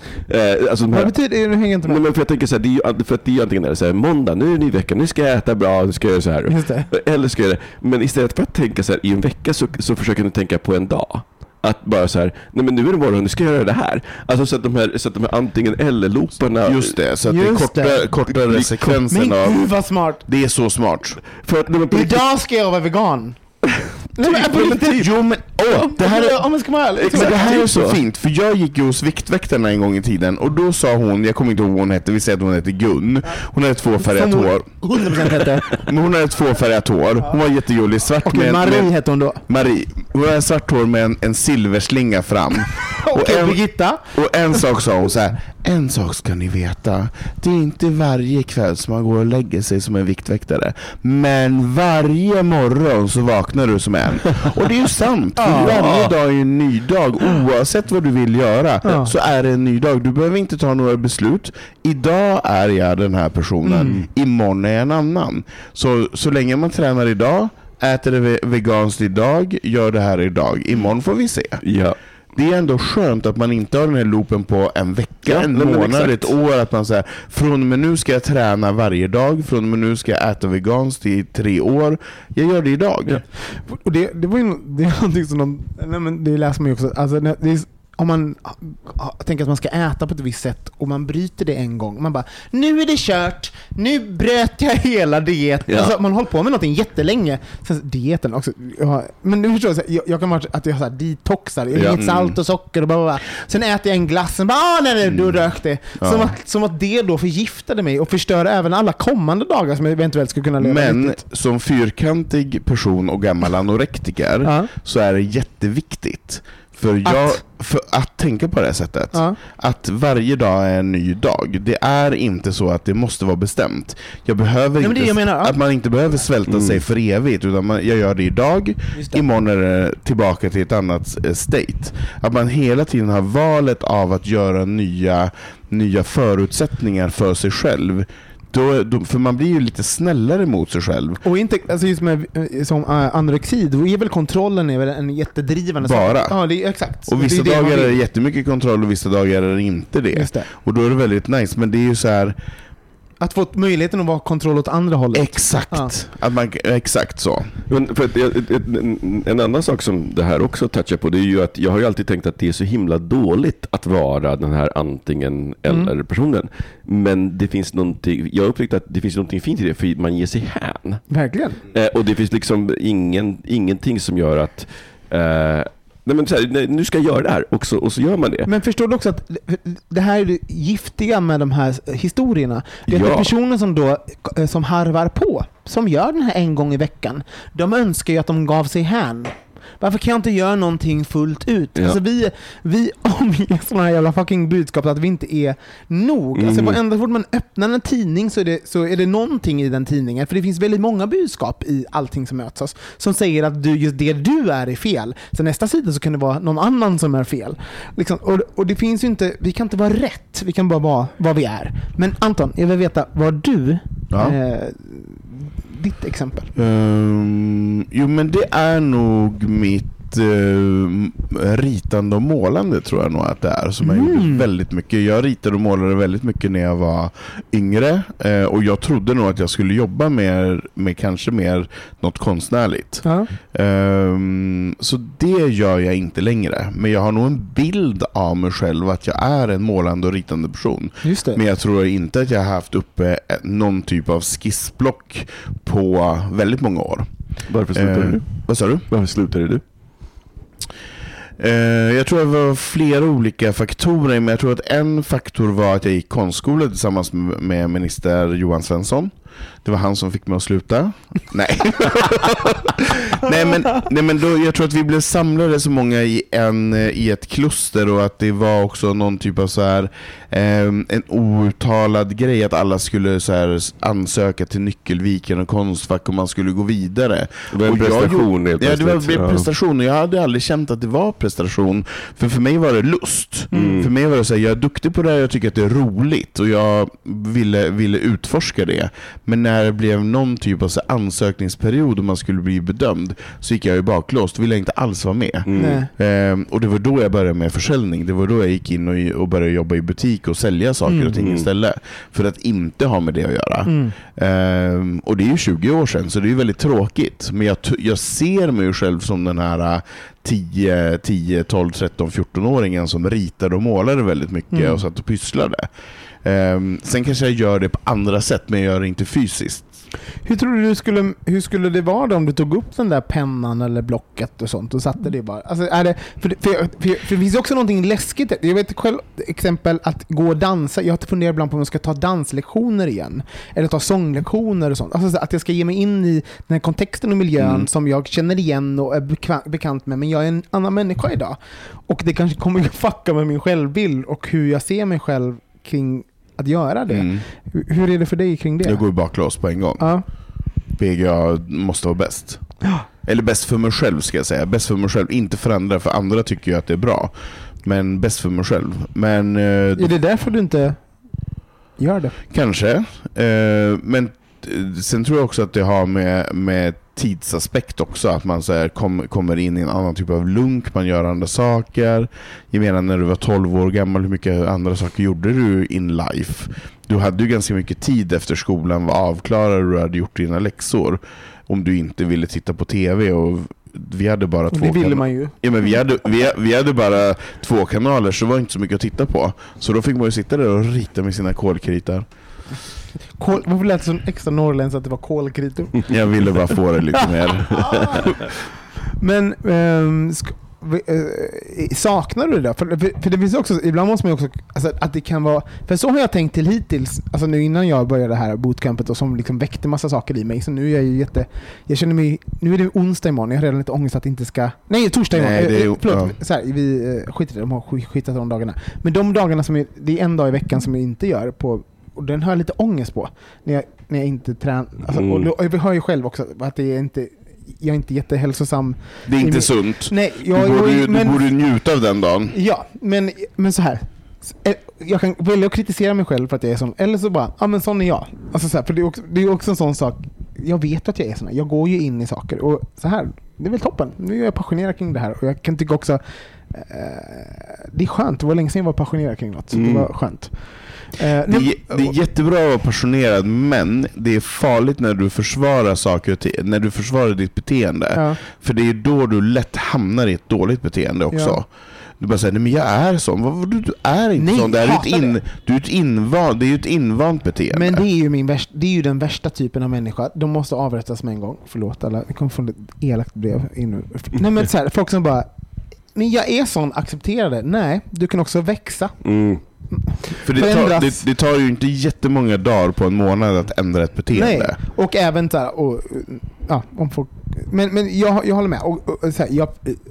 Speaker 7: Eh, alltså
Speaker 4: Vad betyder det? Hänger inte med.
Speaker 7: Nej, men för jag tänker så här, det är ju, för att det är antingen är det så här, måndag, nu är det ny vecka, nu ska jag äta bra, nu ska jag göra så här.
Speaker 4: Just det.
Speaker 7: Eller ska jag göra det. Men istället för att tänka så här, i en vecka så, så försöker jag tänka på en dag. Att bara så här, nej men nu är det morgon, nu ska jag göra det här. Alltså så att de här, så att de här antingen eller-looparna.
Speaker 5: Just det, så att det är korta, kortare sekvensen av...
Speaker 4: Men gud vad smart.
Speaker 5: Det är så smart.
Speaker 7: För att, nej, men
Speaker 4: idag ska jag vara vegan.
Speaker 5: Nej, men, typ, men, typ. Jo, men, åh, det här är,
Speaker 4: om man ska vara ärlig,
Speaker 5: men det här är så fint, för jag gick ju hos Viktväktarna en gång i tiden, och då sa hon, jag kommer inte ihåg vad hon hette, vi säger att hon hette Gun. Hon hade tvåfärgat hår.
Speaker 4: hundra procent hette.
Speaker 5: Men hon hade tvåfärgat hår. Hon var jättegullig, svart.
Speaker 4: Okej,
Speaker 5: med
Speaker 4: Marie
Speaker 5: med,
Speaker 4: hette hon då.
Speaker 5: Marie. Hon hade svart hår med en, en silverslinga fram.
Speaker 4: Och en, Birgitta.
Speaker 5: Och en sak sa hon så här: en sak ska ni veta. Det är inte varje kväll som man går och lägger sig som en viktväktare, men varje morgon så vaknar du som en. Och det är ju sant. Ja. Varje dag är en ny dag. Oavsett vad du vill göra, ja, så är det en ny dag. Du behöver inte ta några beslut. Idag är jag den här personen. Mm. Imorgon är jag en annan. Så, så länge man tränar idag, äter det veganskt idag, gör det här idag. Imorgon får vi se.
Speaker 7: Ja.
Speaker 5: det är ändå skönt att man inte har den här loopen på en vecka, ja, en månad, ett år, att man säger från och med nu ska jag träna varje dag, från och med nu ska jag äta veganskt i tre år, jag gör det idag.
Speaker 4: Ja. Och det, det var ju det är någonting som de, nej men det läser man ju också, alltså det är, om man tänker att man ska äta på ett visst sätt och man bryter det en gång, man bara, nu är det kört, nu bröt jag hela dieten. Ja. Alltså, man håller på med någonting jättelänge. Sen, dieten också. Ja, men du förstår, jag, jag kan vara att jag så här, detoxar, jag har inget salt och socker och bara, bara. Sen äter jag en glass och bara, ah, nej, nej, då rök det. Ja. Som, att, som att det då förgiftade mig och förstörde även alla kommande dagar som jag eventuellt skulle kunna leva.
Speaker 5: Men
Speaker 4: riktigt.
Speaker 5: Som fyrkantig person och gammal anorektiker ja. Så är det jätteviktigt För, jag, att. för att tänka på det sättet. Ja. Att varje dag är en ny dag. Det är inte så att det måste vara bestämt. Jag behöver
Speaker 4: Nej,
Speaker 5: inte,
Speaker 4: jag menar, ja.
Speaker 5: Att man inte behöver svälta mm. sig för evigt. Utan man, jag gör det idag. Det. Imorgon är det tillbaka till ett annat state. Att man hela tiden har valet av att göra nya, nya förutsättningar för sig själv. Då, då, för man blir ju lite snällare mot sig själv.
Speaker 4: Och inte, alltså just med, som uh, anorexi, då är väl kontrollen är väl en jättedrivande
Speaker 5: bara.
Speaker 4: sak. Ja, det är exakt.
Speaker 5: Och vissa
Speaker 4: det är
Speaker 5: dagar
Speaker 4: det
Speaker 5: är det jättemycket kontroll och vissa dagar är det inte det. det. Och då är det väldigt nice, men det är ju så här
Speaker 4: att få möjligheten att vara kontroll åt andra hållet.
Speaker 5: Exakt. Ja. Att man, exakt så.
Speaker 7: Men för att, ett, ett, en annan sak som det här också touchar på, det är ju att jag har ju alltid tänkt att det är så himla dåligt att vara den här antingen eller mm. personen. Men det finns någonting, jag har upptäckt att det finns någonting fint i det, för man ger sig hän.
Speaker 4: Verkligen.
Speaker 7: Eh, och det finns liksom ingen, ingenting som gör att eh, Nej, men så här, nu ska jag göra det här och så, och så gör man det.
Speaker 4: Men förstår du också att det här är det giftiga med de här historierna. Det är ja. personer som då som harvar på, som gör den här en gång i veckan. De önskar ju att de gav sig hän. Varför kan jag inte göra någonting fullt ut? Ja. Alltså vi, vi omger sådana här jävla fucking budskap att vi inte är nog. Mm. Alltså varenda fort man öppnar en tidning så är, det, så är det någonting i den tidningen. För det finns väldigt många budskap i allting som möts oss. Som säger att du, just det du är är fel. Så nästa sida så kan det vara någon annan som är fel. Liksom, och, och det finns ju inte, vi kan inte vara rätt. Vi kan bara vara vad vi är. Men Anton, jag vill veta vad du... Ja. Eh, ditt exempel.
Speaker 5: Um, jo, men det är nog mitt uh, ritande och målande, tror jag nog att det är, som mm. jag gjorde väldigt mycket. Jag ritade och målade väldigt mycket när jag var yngre, uh, och jag trodde nog att jag skulle jobba med, med kanske mer något konstnärligt. Ja. Um, så det gör jag inte längre. Men jag har nog en bild av mig själv att jag är en målande och ritande person.
Speaker 4: Just det.
Speaker 5: Men jag tror inte att jag har haft uppe någon typ av skissblock på väldigt många år.
Speaker 7: Varför slutade uh, du?
Speaker 5: Vad sa du?
Speaker 7: Varför slutade du?
Speaker 5: Uh, jag tror det var flera olika faktorer, men jag tror att en faktor var att jag gick konstskola tillsammans med minister Johan Svensson. Det var han som fick mig att sluta. Nej. nej, men, nej men då, jag tror att vi blev samlade så många i, en, i ett kluster, och att det var också någon typ av så här, eh, en outtalad grej att alla skulle så här ansöka till Nyckelviken och Konstfack och man skulle gå vidare.
Speaker 7: Det var en
Speaker 5: och
Speaker 7: prestation.
Speaker 5: Jag, ja, det var en prestation, och jag hade aldrig känt att det var prestation, för för mig var det lust. Mm. För mig var det så här, jag är duktig på det här, jag tycker att det är roligt och jag ville, ville utforska det. Men när det blev någon typ av så ansökningsperiod och man skulle bli bedömd, så gick jag ju baklåst. Då ville jag inte alls vara med. Mm. Ehm, och det var då jag började med försäljning. Det var då jag gick in och, och började jobba i butik och sälja saker mm. och ting istället. För att inte ha med det att göra. Mm. Ehm, och det är ju tjugo år sedan, så det är ju väldigt tråkigt. Men jag, jag ser mig själv som den här tio, tio, tolv, tretton, fjorton-åringen som ritade och målade väldigt mycket mm. och satt och pysslade. Um, sen kanske jag gör det på andra sätt, men jag gör det inte fysiskt.
Speaker 4: Hur tror du, du skulle, hur skulle det vara då om du tog upp den där pennan eller blocket och sånt och satte det bara? Alltså, är det, för, för, för, för det finns också någonting läskigt. Jag vet själv, exempel att gå och dansa. Jag har funderat ibland på om jag ska ta danslektioner igen. Eller ta sånglektioner och sånt. Alltså, att jag ska ge mig in i den här kontexten och miljön mm. som jag känner igen och är bekant, bekant med. Men jag är en annan människa idag. Och det kanske kommer att fucka med min självbild och hur jag ser mig själv kring att göra det. Mm. Hur är det för dig kring det?
Speaker 5: Jag går baklås på en gång. Ja. Jag måste vara bäst. Ja. Eller bäst för mig själv, ska jag säga. Bäst för mig själv, inte för andra. För andra tycker jag att det är bra. Men bäst för mig själv. Men,
Speaker 4: är det därför du inte gör det?
Speaker 5: Kanske. Men sen tror jag också att det har med, med tidsaspekt också, att man så här, kom, kommer in i en annan typ av lunk, man gör andra saker. Jag menar, när du var tolv år gammal, hur mycket andra saker gjorde du in life? Du hade ju ganska mycket tid efter skolan var avklarad och du hade gjort dina läxor, om du inte ville titta på tv. Och vi hade bara två
Speaker 4: det ville
Speaker 5: kan-
Speaker 4: man ju.
Speaker 5: Ja, men vi hade, vi, vi hade bara två kanaler, så det var inte så mycket att titta på. Så då fick man ju sitta där och rita med sina kolkritar.
Speaker 4: Kol, varför lät det så extra norrländskt att det var kolkritor?
Speaker 5: Jag ville bara få det lite mer.
Speaker 4: Men ähm, sk- äh, saknar du det där? För, för, för det finns också, ibland måste man också, alltså, att det kan vara, för så har jag tänkt till hittills, alltså nu innan jag började det här bootcampet och som liksom väckte massa saker i mig, så nu är jag ju jätte, jag känner mig, nu är det onsdag imorgon, jag har redan lite ångest att det inte ska, nej torsdag imorgon,
Speaker 5: Nej, det är,
Speaker 4: äh, förlåt,
Speaker 5: ja.
Speaker 4: så här, vi äh, skiter i det, de har skitat de dagarna, men de dagarna som är, det är en dag i veckan som jag inte gör på, och den har jag lite ångest på när jag, när jag inte tränar, alltså,
Speaker 7: Mm.
Speaker 4: och, då, och jag hör ju själv också att det är inte, jag är inte jättehälsosam.
Speaker 5: Det är inte
Speaker 4: min-
Speaker 5: sunt.
Speaker 4: Nej,
Speaker 5: Du
Speaker 4: jag,
Speaker 5: borde, ju,
Speaker 4: jag,
Speaker 5: du
Speaker 4: men,
Speaker 5: borde njuta av den dagen.
Speaker 4: ja, men, men så här. Jag kan välja att kritisera mig själv för att jag är sån, eller så bara, ja men sån är jag. Alltså så här, för det är, också, det är också en sån sak, jag vet att jag är sån här. Jag går ju in i saker och så här, det är väl toppen. Nu är jag passionerad kring det här och jag kan tycka också eh, det är skönt, det var länge sedan jag var passionerad kring något, så
Speaker 5: Mm.
Speaker 4: det var skönt. Eh,
Speaker 5: Det är,
Speaker 4: nu-
Speaker 5: det är jättebra att vara passionerad, men det är farligt när du försvarar saker och ting, när du försvarar ditt beteende.
Speaker 4: ja.
Speaker 5: För det är då du lätt hamnar i ett dåligt beteende också.
Speaker 4: Ja.
Speaker 5: Du bara säger, nej men jag är sån. Vad, vad, du, du är inte
Speaker 4: Nej,
Speaker 5: sån. Det är, ett
Speaker 4: hatar
Speaker 5: in, du är ett invan, det är ju ett invant beteende.
Speaker 4: Men det är ju min värsta, det är ju den värsta typen av människa. De måste avrättas med en gång. Förlåt alla, vi kommer få ett elakt brev in nu. Nej men så här, folk som bara, men jag är sån, acceptera det. Nej, du kan också växa.
Speaker 7: Mm.
Speaker 5: För det tar,
Speaker 4: förändras.
Speaker 5: det, det tar ju inte jättemånga dagar på en månad att ändra ett beteende.
Speaker 4: Nej, och även så här, och, ja, om folk, men, men jag, jag håller med. Och, och, så här, jag,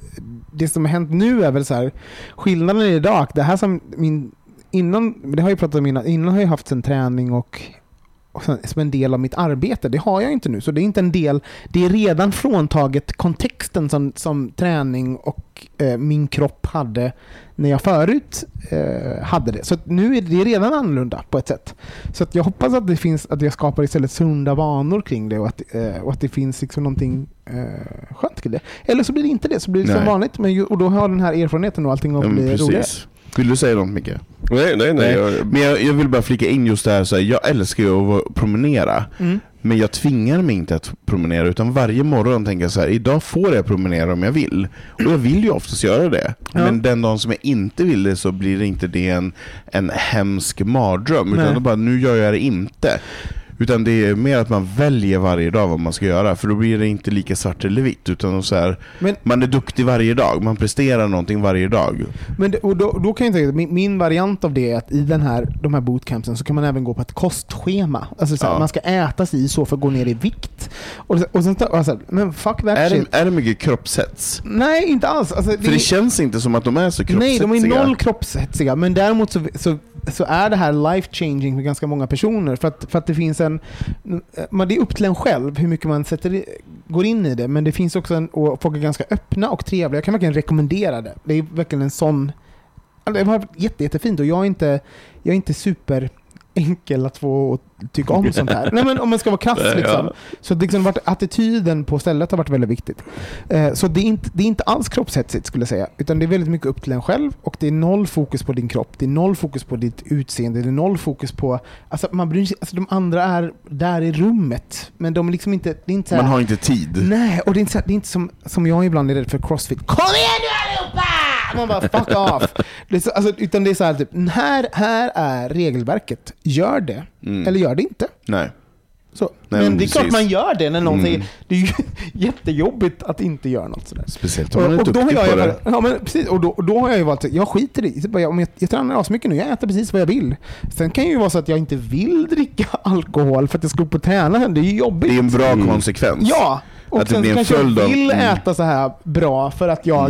Speaker 4: det som har hänt nu är väl så här, skillnaden är idag, det här som min, innan, det har jag pratat om innan, innan har jag haft en träning och, och sen, som en del av mitt arbete, det har jag inte nu, så det är inte en del, det är redan fråntaget kontexten som, som träning och eh, min kropp hade när jag förut eh, hade det. Så att nu är det redan annorlunda på ett sätt. Så att jag hoppas att det finns, att jag skapar istället sunda vanor kring det och att, eh, och att det finns liksom någonting eh, skönt kring det. Eller så blir det inte det, så blir det
Speaker 5: Nej.
Speaker 4: som vanligt. Men, ju- och då har den här erfarenheten och allting att
Speaker 5: Ja, men
Speaker 4: bli roligare.
Speaker 5: precis. Vill du säga något, Micke?
Speaker 7: Nej, nej, nej.
Speaker 5: Nej.
Speaker 7: Jag,
Speaker 5: Men jag, jag vill bara flika in just det här, så här, jag älskar ju att vara- promenera.
Speaker 4: Mm.
Speaker 5: Men jag tvingar mig inte att promenera, utan varje morgon tänker jag så här, idag får jag promenera om jag vill. Och jag vill ju oftast göra det.
Speaker 4: Ja.
Speaker 5: Men den dagen som jag inte vill det, så blir det inte det en, en hemsk mardröm. Utan
Speaker 4: Nej.
Speaker 5: då bara, nu gör jag det inte. Utan det är mer att man väljer varje dag vad man ska göra. För då blir det inte lika svart eller vitt. Utan så här,
Speaker 4: Men-
Speaker 5: man är duktig varje dag. Man presterar någonting varje dag.
Speaker 4: Men det, och då, då kan jag tänka att min, min variant av det är att i den här, de här bootcampsen så kan man även gå på ett kostschema. Alltså så här,
Speaker 5: Ja.
Speaker 4: man ska äta sig i så för att gå ner i vikt. Och, och sen, och så här, men fuck that
Speaker 5: Är
Speaker 4: shit.
Speaker 5: det, är det mycket kroppshets?
Speaker 4: Nej, inte alls. Alltså,
Speaker 5: För det känns inte som att de är så
Speaker 4: nej,
Speaker 5: kroppshetsiga.
Speaker 4: de är noll kroppshetsiga. Men däremot så, så, så är det här life changing för ganska många personer. För att, för att det finns en... Man, det är upp till en själv hur mycket man sätter, i- går in i det. Men det finns också en... Och folk är ganska öppna och trevliga. Jag kan verkligen rekommendera det. Det är verkligen en sån... Alltså, det var jätte, jättefint. Och jag är inte, jag är inte super enkel att få tycka om sånt här. Nej, men om man ska vara krass liksom. Så liksom, varit, attityden på stället har varit väldigt viktigt. Eh, så det är, inte, det är inte alls kroppshetsigt skulle jag säga. Utan det är väldigt mycket upp till en själv. Och det är noll fokus på din kropp. Det är noll fokus på ditt utseende. Det är noll fokus på... Alltså, man bryr sig, alltså de andra är där i rummet. Men de är liksom inte... Det är inte så här,
Speaker 5: Man har inte tid.
Speaker 4: nej, och det är inte, så, det är inte som, som jag ibland är rädd för CrossFit. Kom igen nu allihopa! Man bara, fuck off. Det är så, alltså, utan det är så här, typ, här, här är regelverket. Gör det.
Speaker 5: Mm.
Speaker 4: Eller gör det inte.
Speaker 5: Nej.
Speaker 4: Så.
Speaker 5: Nej,
Speaker 4: men
Speaker 5: men
Speaker 4: det är klart
Speaker 5: precis.
Speaker 4: man gör det när någon
Speaker 5: Mm.
Speaker 4: säger, det är ju jättejobbigt att inte göra något sådär.
Speaker 5: Speciellt om
Speaker 4: Och,
Speaker 5: man är
Speaker 4: och då har
Speaker 5: duktig
Speaker 4: jag,
Speaker 5: på
Speaker 4: ju
Speaker 5: det.
Speaker 4: bara, ja, men precis, och, då, och då har jag ju valt, jag skiter i, så bara, jag, jag, jag tränar så mycket nu, jag äter precis vad jag vill. Sen kan det ju vara så att jag inte vill dricka alkohol för att jag ska upp och träna, det är ju jobbigt.
Speaker 5: Det är en bra
Speaker 7: Mm.
Speaker 5: konsekvens.
Speaker 4: Ja, och
Speaker 5: Att det
Speaker 4: sen
Speaker 5: blir en
Speaker 4: kanske jag
Speaker 5: följd av-
Speaker 4: vill
Speaker 5: mm.
Speaker 4: äta så här bra för att jag
Speaker 5: Mm.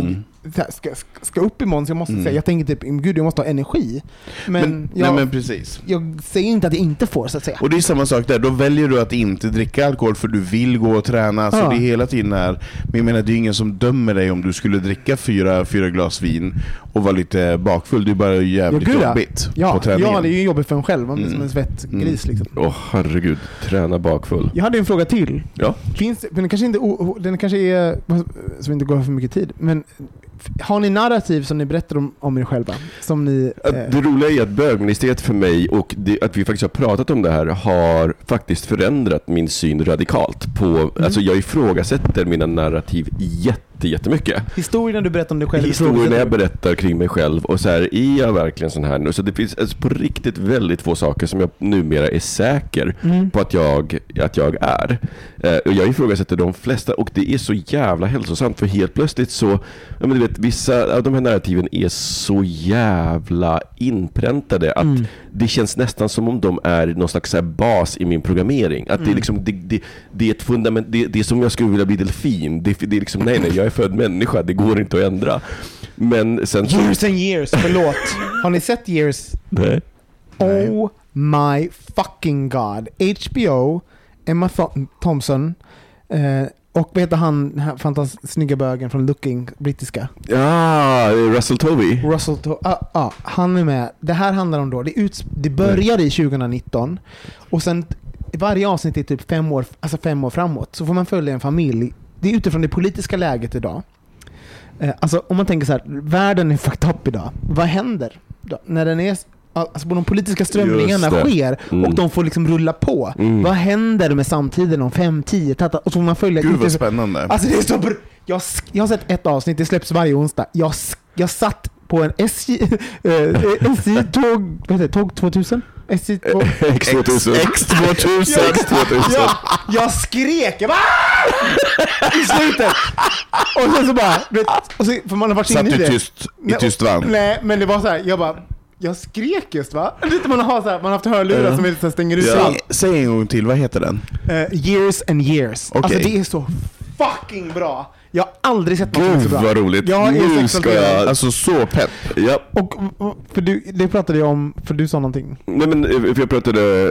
Speaker 4: ska, ska upp imorgon så jag måste
Speaker 5: Mm.
Speaker 4: säga, jag tänker typ, gud jag måste ha energi. Men,
Speaker 5: Men,
Speaker 4: jag,
Speaker 5: nej, men precis.
Speaker 4: jag säger inte att jag inte får, så att säga.
Speaker 5: Och det är samma sak där, då väljer du att inte dricka alkohol för du vill gå och träna, så
Speaker 4: Ja.
Speaker 5: det är hela tiden här. Men jag menar, det är ingen som dömer dig om du skulle dricka fyra, fyra glas vin och vara lite bakfull. Det är bara jävligt
Speaker 4: Ja, gud, ja.
Speaker 5: jobbigt
Speaker 4: Ja,
Speaker 5: på träningen.
Speaker 4: ja, det är ju jobbigt för en själv, man blir
Speaker 5: Mm.
Speaker 4: som en svettgris liksom.
Speaker 7: Åh herregud, träna bakfull.
Speaker 4: Jag hade en fråga till.
Speaker 7: Ja.
Speaker 4: Finns, men den kanske inte, o- den kanske är, så vi inte går för mycket tid, men har ni narrativ som ni berättar om, om er själva? Som ni, eh,
Speaker 7: Det roliga är att bögministeriet för mig och det, att vi faktiskt har pratat om det här har faktiskt förändrat min syn radikalt på,
Speaker 4: Mm.
Speaker 7: alltså jag ifrågasätter mina narrativ jätte, jättemycket.
Speaker 4: historien du berättar om dig själv.
Speaker 7: Historien jag berättar kring mig själv och så här, är jag verkligen sån här nu? Så det finns alltså på riktigt väldigt få saker som jag numera är säker
Speaker 4: Mm.
Speaker 7: på att jag, att jag är. Eh, och jag ifrågasätter de flesta och det är så jävla hälsosamt för helt plötsligt så, ja, men du vet, vissa av de här narrativen är så jävla inpräntade att
Speaker 4: Mm.
Speaker 7: det känns nästan som om de är någon slags så här bas i min programmering. Att det är liksom, det, det, det är ett fundament, det, det är som jag skulle vilja bli delfin. Det, det är liksom, nej nej, jag är född människa, det går inte att ändra. Men sen så...
Speaker 4: Years and years, förlåt. Har ni sett Years?
Speaker 7: Nej.
Speaker 4: Oh my fucking god. H B O, Emma Th- Thompson eh, och vad heter han, den här fantastiskt snygga bögen från Looking, brittiska?
Speaker 7: Ja, Russell Tovey.
Speaker 4: Russell To- ah, ah, han är med. Det här handlar om då, det, ut, det börjar i tjugonitton och sen varje avsnitt är typ fem år, alltså fem år framåt, så får man följa en familj. Det är utifrån det politiska läget idag. Eh, alltså om man tänker så här, världen är fucked up idag. Vad händer då? När den är, alltså på de politiska strömningarna
Speaker 7: Just det.
Speaker 4: sker
Speaker 7: Mm.
Speaker 4: och de får liksom rulla på.
Speaker 7: Mm.
Speaker 4: Vad händer med samtiden om fem, tio, tata, och så får man följa.
Speaker 5: Gud vad
Speaker 4: inte-
Speaker 5: spännande.
Speaker 4: Alltså det är så br- jag, sk- jag har sett ett avsnitt, det släpps varje onsdag. Jag, sk- jag satt på en S J eh, S J-tåg, vad heter det, tåg tvåtusen? S J-tåg.
Speaker 7: X tvåtusen.
Speaker 5: X tvåtusen.
Speaker 7: X tvåtusen.
Speaker 4: Ja, jag skrek, jag bara "Ah!" i slutet. Och sen så bara, du vet, och så, för man har varit
Speaker 5: Satt
Speaker 4: inne i
Speaker 5: du
Speaker 4: det.
Speaker 5: tyst, i
Speaker 4: Nej,
Speaker 5: tyst vann?
Speaker 4: Nej, men det var så här, jag bara, jag skrek just va? Lite man har så här, man har haft hörlurar som lite så här stänger ut allt.
Speaker 5: Säg, säg en gång till, vad heter den?
Speaker 4: Uh, years and years.
Speaker 5: Okej.
Speaker 4: Alltså det är så fucking bra. Jag har aldrig sett något
Speaker 7: Gud
Speaker 4: så bra.
Speaker 7: vad roligt.
Speaker 4: Jag är
Speaker 7: Nu
Speaker 4: sexuellt
Speaker 7: ska jag...
Speaker 5: Alltså så pepp.
Speaker 7: Ja.
Speaker 4: Och, och för du, det pratade jag om, för du sa någonting.
Speaker 7: Nej men för jag pratade...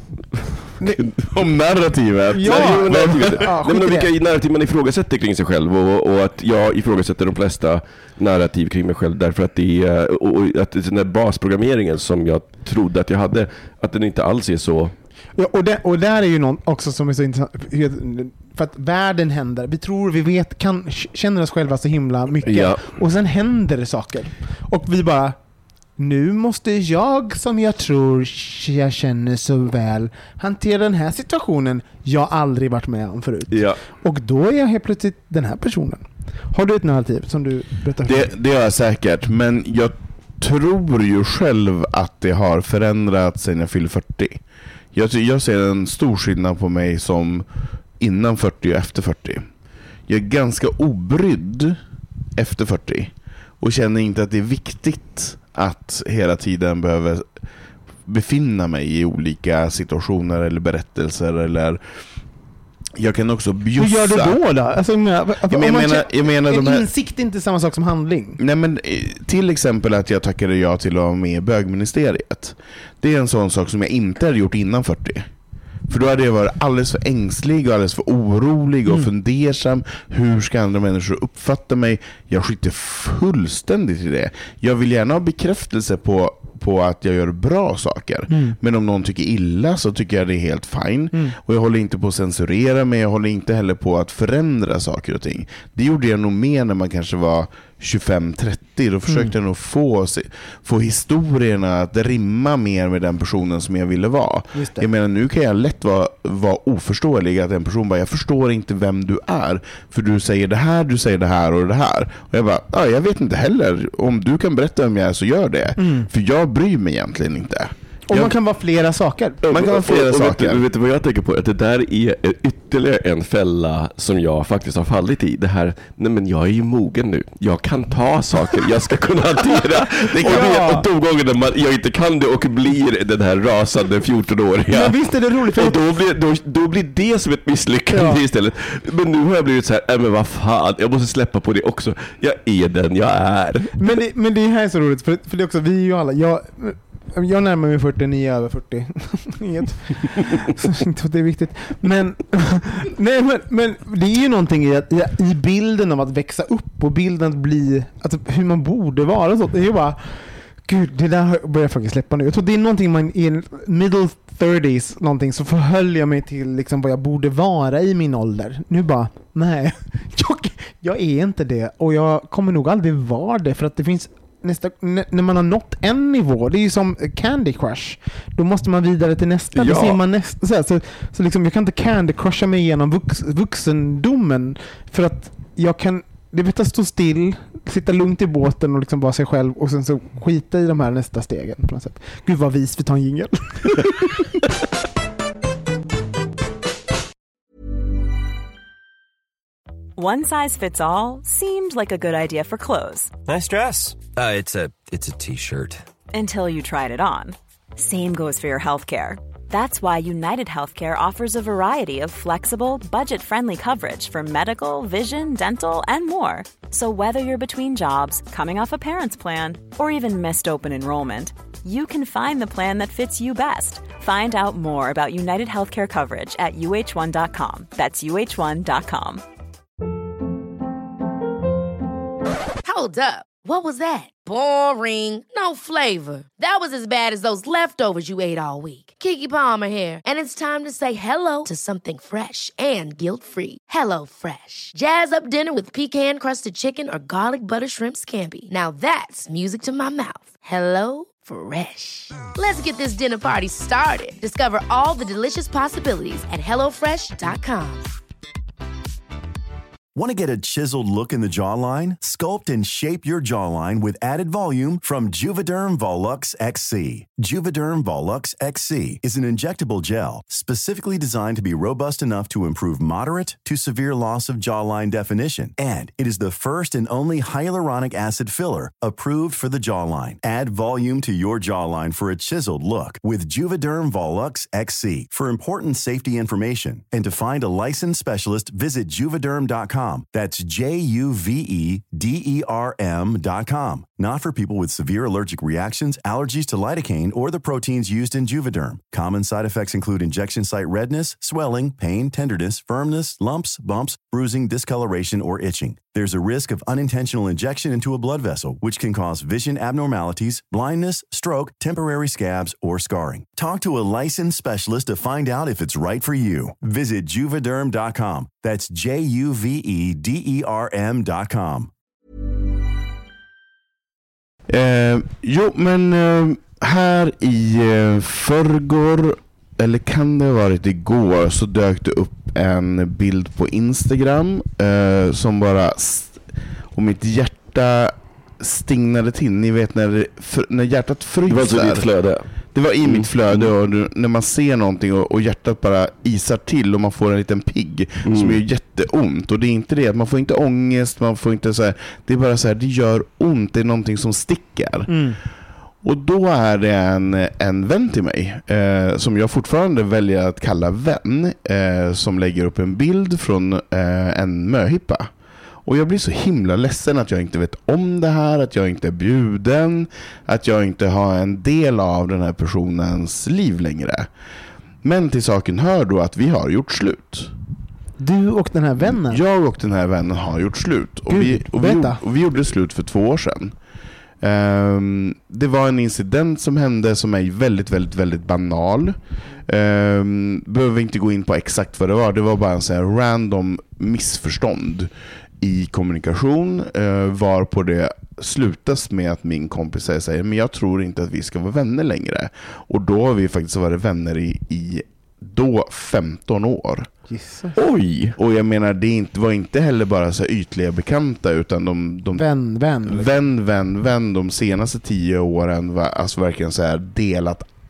Speaker 5: Om narrativet.
Speaker 4: Ja.
Speaker 7: Nej, jo, narrativet.
Speaker 4: Ja,
Speaker 7: Nej, men
Speaker 4: skit i
Speaker 7: vilka narrativ man ifrågasätter kring sig själv och, och att jag ifrågasätter de flesta narrativ kring mig själv därför att det är och, och att den där basprogrammeringen som jag trodde att jag hade, att den inte alls är så.
Speaker 4: Ja, och, det, och där är ju någon också som är så intressant, för att världen händer, vi tror vi vet, kan, känner oss själva så himla mycket,
Speaker 7: Ja.
Speaker 4: och sen händer det saker och vi bara, nu måste jag som jag tror jag känner så väl hantera den här situationen jag aldrig varit med om förut.
Speaker 7: Ja.
Speaker 4: Och då är jag helt plötsligt den här personen. Har du ett narrativ som du berättar för mig?
Speaker 5: Det, det är jag säkert, men jag tror ju själv att det har förändrats sen jag fyllde fyrtio. Jag, jag ser en stor skillnad på mig som innan fyrtio och efter fyrtio. Jag är ganska obrydd efter fyrtio och känner inte att det är viktigt att hela tiden behöver befinna mig i olika situationer eller berättelser, eller jag kan också bjussa.
Speaker 4: Hur gör du då då? Alltså, om jag,
Speaker 5: Jag, men,
Speaker 4: om man
Speaker 5: jag, menar,
Speaker 4: känner-
Speaker 5: jag menar de
Speaker 4: en
Speaker 5: här...
Speaker 4: insikt är inte samma sak som handling.
Speaker 5: Nej, men eh, till exempel att jag tackade ja till att vara med i bögministeriet. Det är en sån sak som jag inte hade gjort innan fyrtio. För då hade jag varit alldeles för ängslig och alldeles för orolig och
Speaker 4: Mm.
Speaker 5: fundersam. Hur ska andra människor uppfatta mig? Jag skiter fullständigt i det. Jag vill gärna ha bekräftelse på, på att jag gör bra saker.
Speaker 4: Mm.
Speaker 5: Men om någon tycker illa så tycker jag det är helt fine.
Speaker 4: Mm.
Speaker 5: Och jag håller inte på att censurera, men jag håller inte heller på att förändra saker och ting. Det gjorde jag nog mer när man kanske var tjugofem trettio. Då försökte
Speaker 4: Mm.
Speaker 5: jag nog få, få historierna att rimma mer med den personen som jag ville vara.
Speaker 4: Just det.
Speaker 5: Jag menar, nu kan jag lätt vara, vara oförståelig, att en person bara, jag förstår inte vem du är, för du säger det här, du säger det här och det här. Och jag bara, ja, jag vet inte heller. Om du kan berätta vem jag är så gör det.
Speaker 4: Mm.
Speaker 5: För jag bryr mig egentligen inte.
Speaker 4: Och man kan vara flera saker.
Speaker 5: Man kan vara flera
Speaker 7: och, och,
Speaker 5: saker.
Speaker 7: Vet du, vet du vad jag tänker på? Att det där är ytterligare en fälla som jag faktiskt har fallit i. Det här, nej men jag är ju mogen nu. Jag kan ta saker, jag ska kunna hantera. Det kan
Speaker 4: ja.
Speaker 7: bli de gångerna man, jag inte kan det och blir den här rasande fjorton-åriga.
Speaker 4: Men visst är det roligt. För
Speaker 7: och då blir, då, då blir det som ett misslyckande ja. istället. Men nu har jag blivit så här, äh, men vad fan, jag måste släppa på det också. Jag är den jag är.
Speaker 4: Men det, men det här är så roligt, för, för det är också, vi är ju alla, jag... Jag närmar mig fyrtio, ni är över fyrtio. Inte att det är viktigt. Men, nej, men, men det är ju någonting i, att, i bilden av att växa upp och bilden att bli, att hur man borde vara. Så det är ju bara, gud, det där börjar jag faktiskt släppa nu. Jag tror det är någonting man i middle thirties, någonting, så förhöll jag mig till liksom vad jag borde vara i min ålder. Nu bara, nej, jag, jag är inte det. Och jag kommer nog aldrig vara det, för att det finns nästa, n- när man har nått en nivå, det är ju som Candy Crush, då måste man vidare till nästa,
Speaker 7: ja.
Speaker 4: då ser man nästa, så, så, så liksom, jag kan inte Candy Crusha mig igenom vux, vuxendomen, för att jag kan, det vet att stå still, sitta lugnt i båten och liksom vara sig själv, och sen så skita i de här nästa stegen på något sätt. Gud vad vis, vi tar en jingle.
Speaker 8: One size fits all seemed like a good idea for clothes.
Speaker 9: Nice dress. Uh, it's a it's a t-shirt.
Speaker 8: Until you tried it on. Same goes for your healthcare. That's why United Healthcare offers a variety of flexible, budget-friendly coverage for medical, vision, dental, and more. So whether you're between jobs, coming off a parent's plan, or even missed open enrollment, you can find the plan that fits you best. Find out more about United Healthcare coverage at U H one dot com. That's U H one dot com.
Speaker 1: Hold up. What was that? Boring. No flavor. That was as bad as those leftovers you ate all week. Keke Palmer here, and it's time to say hello to something fresh and guilt-free. Hello Fresh. Jazz up dinner with pecan-crusted chicken or garlic butter shrimp scampi. Now that's music to my mouth. Hello Fresh. Let's get this dinner party started. Discover all the delicious possibilities at hello fresh dot com.
Speaker 10: Want to get a chiseled look in the jawline? Sculpt and shape your jawline with added volume from Juvederm Volux X C. Juvederm Volux X C is an injectable gel specifically designed to be robust enough to improve moderate to severe loss of jawline definition. And it is the first and only hyaluronic acid filler approved for the jawline. Add volume to your jawline for a chiseled look with Juvederm Volux X C. For important safety information and to find a licensed specialist, visit juvederm dot com. That's J U V E D E R M dot com. Not for people with severe allergic reactions, allergies to lidocaine, or the proteins used in Juvederm. Common side effects include injection site redness, swelling, pain, tenderness, firmness, lumps, bumps, bruising, discoloration, or itching. There's a risk of unintentional injection into a blood vessel, which can cause vision abnormalities, blindness, stroke, temporary scabs, or scarring. Talk to a licensed specialist to find out if it's right for you. Visit Juvederm dot com. That's J U V E D E R M dot com.
Speaker 5: Eh, jo, men eh, här i eh, förrgår, eller kan det ha varit igår, så dök det upp en bild på Instagram eh, som bara st- och mitt hjärta stignade till. Ni vet när, det, för, när hjärtat fryser.
Speaker 7: Det var alltså ditt flöde.
Speaker 5: Det var i mm. mitt flöde, och du, när man ser någonting och, och hjärtat bara isar till och man får en liten pigg mm. som gör jätteont. Och det är inte det, man får inte ångest, man får inte så här, det är bara så här, det gör ont, det är någonting som sticker. Mm. Och då är det en, en vän till mig eh, som jag fortfarande väljer att kalla vän, eh, som lägger upp en bild från eh, en möhippa. Och jag blir så himla ledsen att jag inte vet om det här, att jag inte är bjuden, att jag inte har en del av den här personens liv längre. Men till saken hör då att vi har gjort slut.
Speaker 4: Du och den här vännen?
Speaker 5: Jag och den här vännen har gjort slut. Och,
Speaker 4: Gud,
Speaker 5: vi, och, vi, gjorde, och vi gjorde slut för två år sedan. Um, det var en incident som hände som är väldigt, väldigt, väldigt banal. Um, behöver inte gå in på exakt vad det var. Det var bara en sån här random missförstånd i kommunikation, uh, var på det slutas med att min kompis säger, men jag tror inte att vi ska vara vänner längre. Och då har vi faktiskt varit vänner i, i då femton år.
Speaker 4: Jesus.
Speaker 5: Oj! Och jag menar, det inte, var inte heller bara så ytliga bekanta, utan de, de
Speaker 4: vän, vän,
Speaker 5: vän, vän, vän de senaste tio åren var alltså verkligen så här delat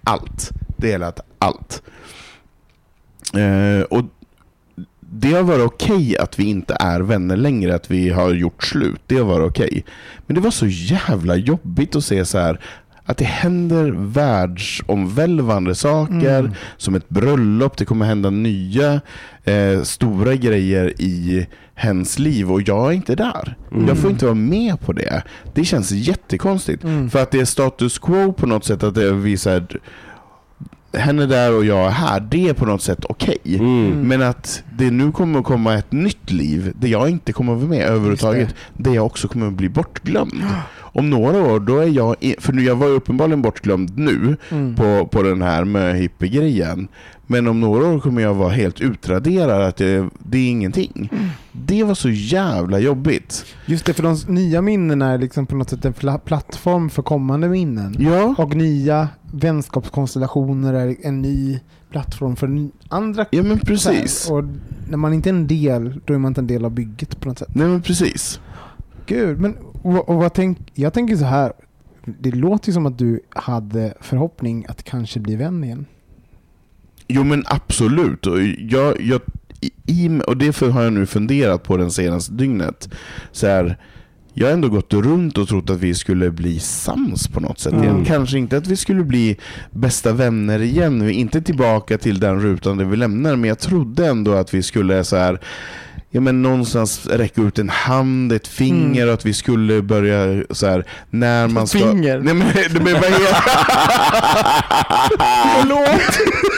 Speaker 5: allt. Delat allt. Eh, och det har varit okej att vi inte är vänner längre, att vi har gjort slut. Det har varit okej. Men det var så jävla jobbigt att se så här att det händer världsomvälvande saker, mm. som ett bröllop. Det kommer hända nya eh, stora grejer i hens liv och jag är inte där. Mm. Jag får inte vara med på det. Det känns jättekonstigt. Mm. För att det är status quo på något sätt, att det visar henne där och jag är här, det är på något sätt okej. Okay. Mm. Men att det nu kommer att komma ett nytt liv där jag inte kommer att vara med överhuvudtaget, där jag också kommer att bli bortglömd. Om några år, då är jag, för nu jag var uppenbarligen bortglömd nu mm. på, på den här med hippie-grejen. Men om några år kommer jag vara helt utraderad, att det, det är ingenting. Mm. Det var så jävla jobbigt.
Speaker 4: Just det, för de nya minnena är liksom på något sätt en pl- plattform för kommande minnen.
Speaker 5: Ja.
Speaker 4: Och nya vänskapskonstellationer är en ny plattform för ny- andra.
Speaker 5: Ja, men precis.
Speaker 4: Och när man inte är en del, då är man inte en del av bygget på något sätt.
Speaker 5: Nej, men precis.
Speaker 4: Gud, men och, och vad tänk, jag tänker så här. Det låter ju som att du hade förhoppning att kanske bli vän igen.
Speaker 5: Jo, men absolut. Och, jag, jag, i, och det har jag nu funderat på den senaste dygnet. Så här, jag har ändå gått runt och trott att vi skulle bli sams på något sätt. Mm. Kanske inte att vi skulle bli bästa vänner igen. Vi är inte tillbaka till den rutan där vi lämnar. Men jag trodde ändå att vi skulle så här... Ja, men någonstans räcka ut en hand, ett finger, mm. och att vi skulle börja så här när man ska...
Speaker 4: Finger?
Speaker 5: Nej, men, men vad är det?
Speaker 4: Förlåt!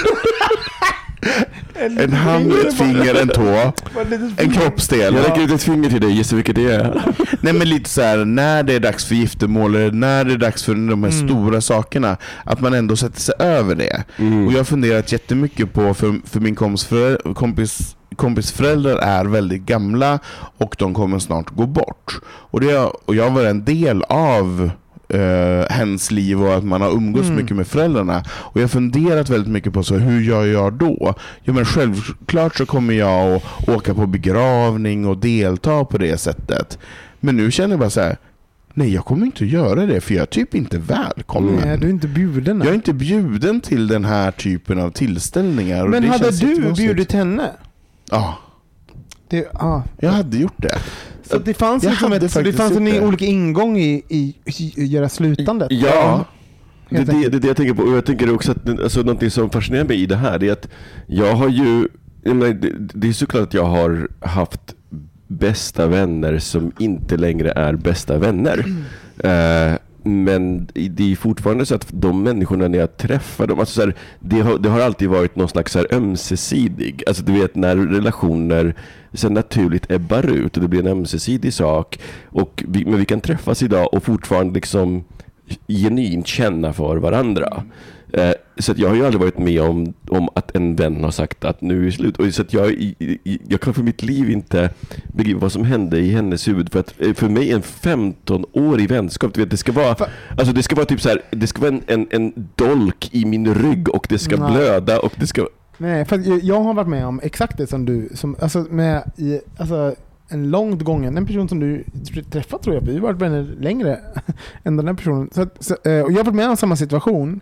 Speaker 5: En hand, ett finger, en tå, en kroppsdel.
Speaker 7: Jag räcker ut ett finger till dig, gissa vilket det är.
Speaker 5: Nej, men lite så här, när det är dags för giftermål eller när det är dags för de här mm. stora sakerna, att man ändå sätter sig över det. Mm. Och jag har funderat jättemycket på, för, för min kompis kompisföräldrar är väldigt gamla och de kommer snart gå bort. Och, det, och jag var en del av Uh, hens liv och att man har umgås mm. mycket med föräldrarna, och jag har funderat väldigt mycket på så hur gör jag då? Ja, men självklart så kommer jag att åka på begravning och delta på det sättet, men nu känner jag bara så här: nej, jag kommer inte att göra det, för jag är typ inte välkommen.
Speaker 4: Nej, du är inte bjuden.
Speaker 5: Jag är inte bjuden till den här typen av tillställningar.
Speaker 4: Men
Speaker 5: och det
Speaker 4: hade du
Speaker 5: bjudit
Speaker 4: bjudit henne?
Speaker 5: Ja.
Speaker 4: Det, ah.
Speaker 5: Jag hade gjort det.
Speaker 4: Så det fanns, liksom ett, så det fanns en det. olika ingång i, i, i göra slutandet.
Speaker 7: Ja, det är det, det, det jag tänker på. Och jag tänker också att alltså, någonting som fascinerar mig i det här är att jag har ju, det, det är såklart att jag har haft bästa vänner som inte längre är bästa vänner. Mm. Uh, men det är fortfarande så att de människorna när jag träffar dem, alltså så här, det, har, det har alltid varit någon slags så här ömsesidig, alltså du vet när relationer så naturligt ebbar ut och det blir en ömsesidig sak, och vi, men vi kan träffas idag och fortfarande liksom genuint känna för varandra. Eh, så att jag har ju aldrig varit med om, om att en vän har sagt att nu är det slut. Och så att jag, i, i, jag kan för mitt liv inte begripa vad som hände i hennes huvud. För att för mig en femton-årig vänskap, du vet, det ska vara, alltså det ska vara typ så här, det ska vara en, en, en dolk i min rygg och det ska Nej. blöda och det ska...
Speaker 4: Nej, för jag, jag har varit med om exakt det som du, som, alltså med i, alltså en långt gången, en person som du träffat, tror jag, vi har varit med henne längre än den här personen. Så, så, och jag har varit med om samma situation.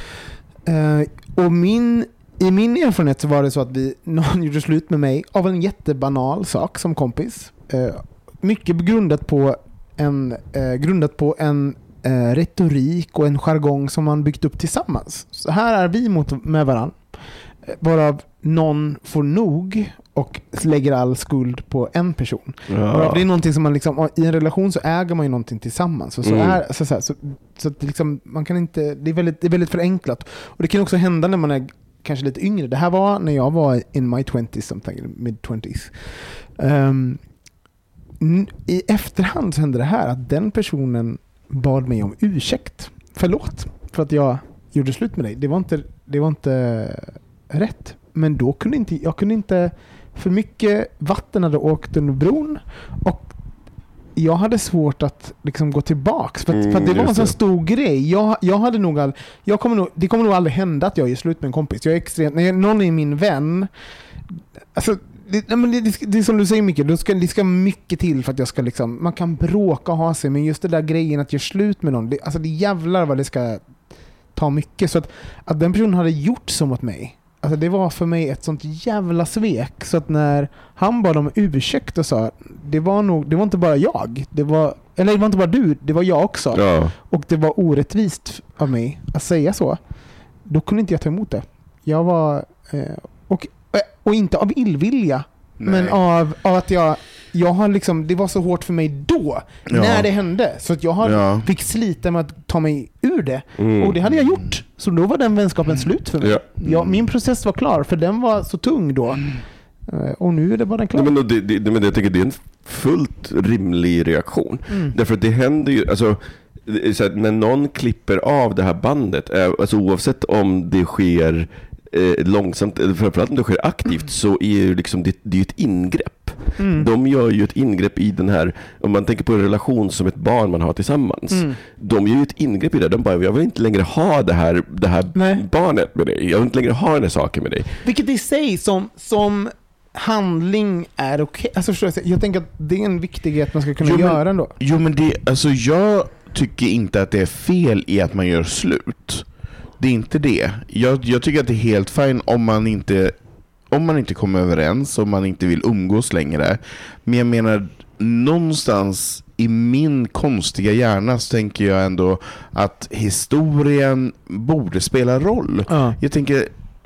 Speaker 4: Uh, och min, i min erfarenhet så var det så att vi, någon gjorde slut med mig av en jättebanal sak som kompis. Uh, mycket grundat på en, uh, grundat på en uh, retorik och en jargong som man byggt upp tillsammans. Så här är vi mot, med varandra. Varav någon får nog och lägger all skuld på en person. Ja. Det är någonting som man liksom, i en relation så äger man ju någonting tillsammans. Och så mm. är, så, så, så, så att liksom, man kan inte, det är, väldigt, det är väldigt förenklat. Och det kan också hända när man är kanske lite yngre. Det här var när jag var in my twenties, something, mid twenties. Um, I efterhand så hände det här att den personen bad mig om ursäkt. Förlåt för att jag gjorde slut med dig. Det var inte, det var inte rätt. Men då kunde inte, jag kunde inte, för mycket vatten hade åkt under bron och jag hade svårt att liksom gå tillbaks för att, mm, för att det var en sån stor grej. Jag, jag hade nog all, jag kommer nog, det kommer nog aldrig hända att jag gör slut med en kompis. Jag är extremt, när någon är min vän, alltså det, det, det, det är som du säger mycket, det ska, det ska mycket till för att jag ska liksom, man kan bråka och ha sig, men just det där grejen att göra slut med någon, det, alltså det jävlar vad det ska ta mycket. Så att, att den personen hade gjort så mot mig, alltså det var för mig ett sånt jävla svek. Så att när han bad om ursäkt och sa, det var nog, det var inte bara jag, det var, eller det var inte bara du, det var jag också.
Speaker 7: Ja.
Speaker 4: Och det var orättvist av mig att säga så. Då kunde inte jag ta emot det. Jag var, eh, och, och inte av illvilja, nej, men av, av att jag, jag har liksom, det var så hårt för mig då, ja, när det hände. Så att jag har, ja, fick slita med att ta mig ur det. Mm. Och det hade jag gjort. Så då var den vänskapen slut för mig. Ja. Ja, min process var klar, för den var så tung då. Mm. Och nu är det bara den klar.
Speaker 7: Nej, men det, det, men jag tycker det är en fullt rimlig reaktion. Mm. Därför att det händer ju, alltså, så att när någon klipper av det här bandet, alltså oavsett om det sker eh, långsamt, eller framförallt om det sker aktivt, så är ju liksom det, det är ju ett ingrepp. Mm. De gör ju ett ingrepp i den här, om man tänker på en relation som ett barn man har tillsammans. Mm. De gör ju ett ingrepp i det. De bara, jag vill inte längre ha det här, det här barnet med dig. Jag vill inte längre ha den här saken med dig.
Speaker 4: Vilket i sig som, som handling är okej. Okay. Alltså, jag, jag tänker att det är en viktighet att man ska kunna jo, göra
Speaker 5: men,
Speaker 4: ändå.
Speaker 5: Jo, men det, alltså jag tycker inte att det är fel i att man gör slut. Det är inte det. Jag, jag tycker att det är helt fint om man inte om man inte kommer överens, om man inte vill umgås längre. Men jag menar, någonstans i min konstiga hjärna så tänker jag ändå att historien borde spela roll. Ja. Jag tänker,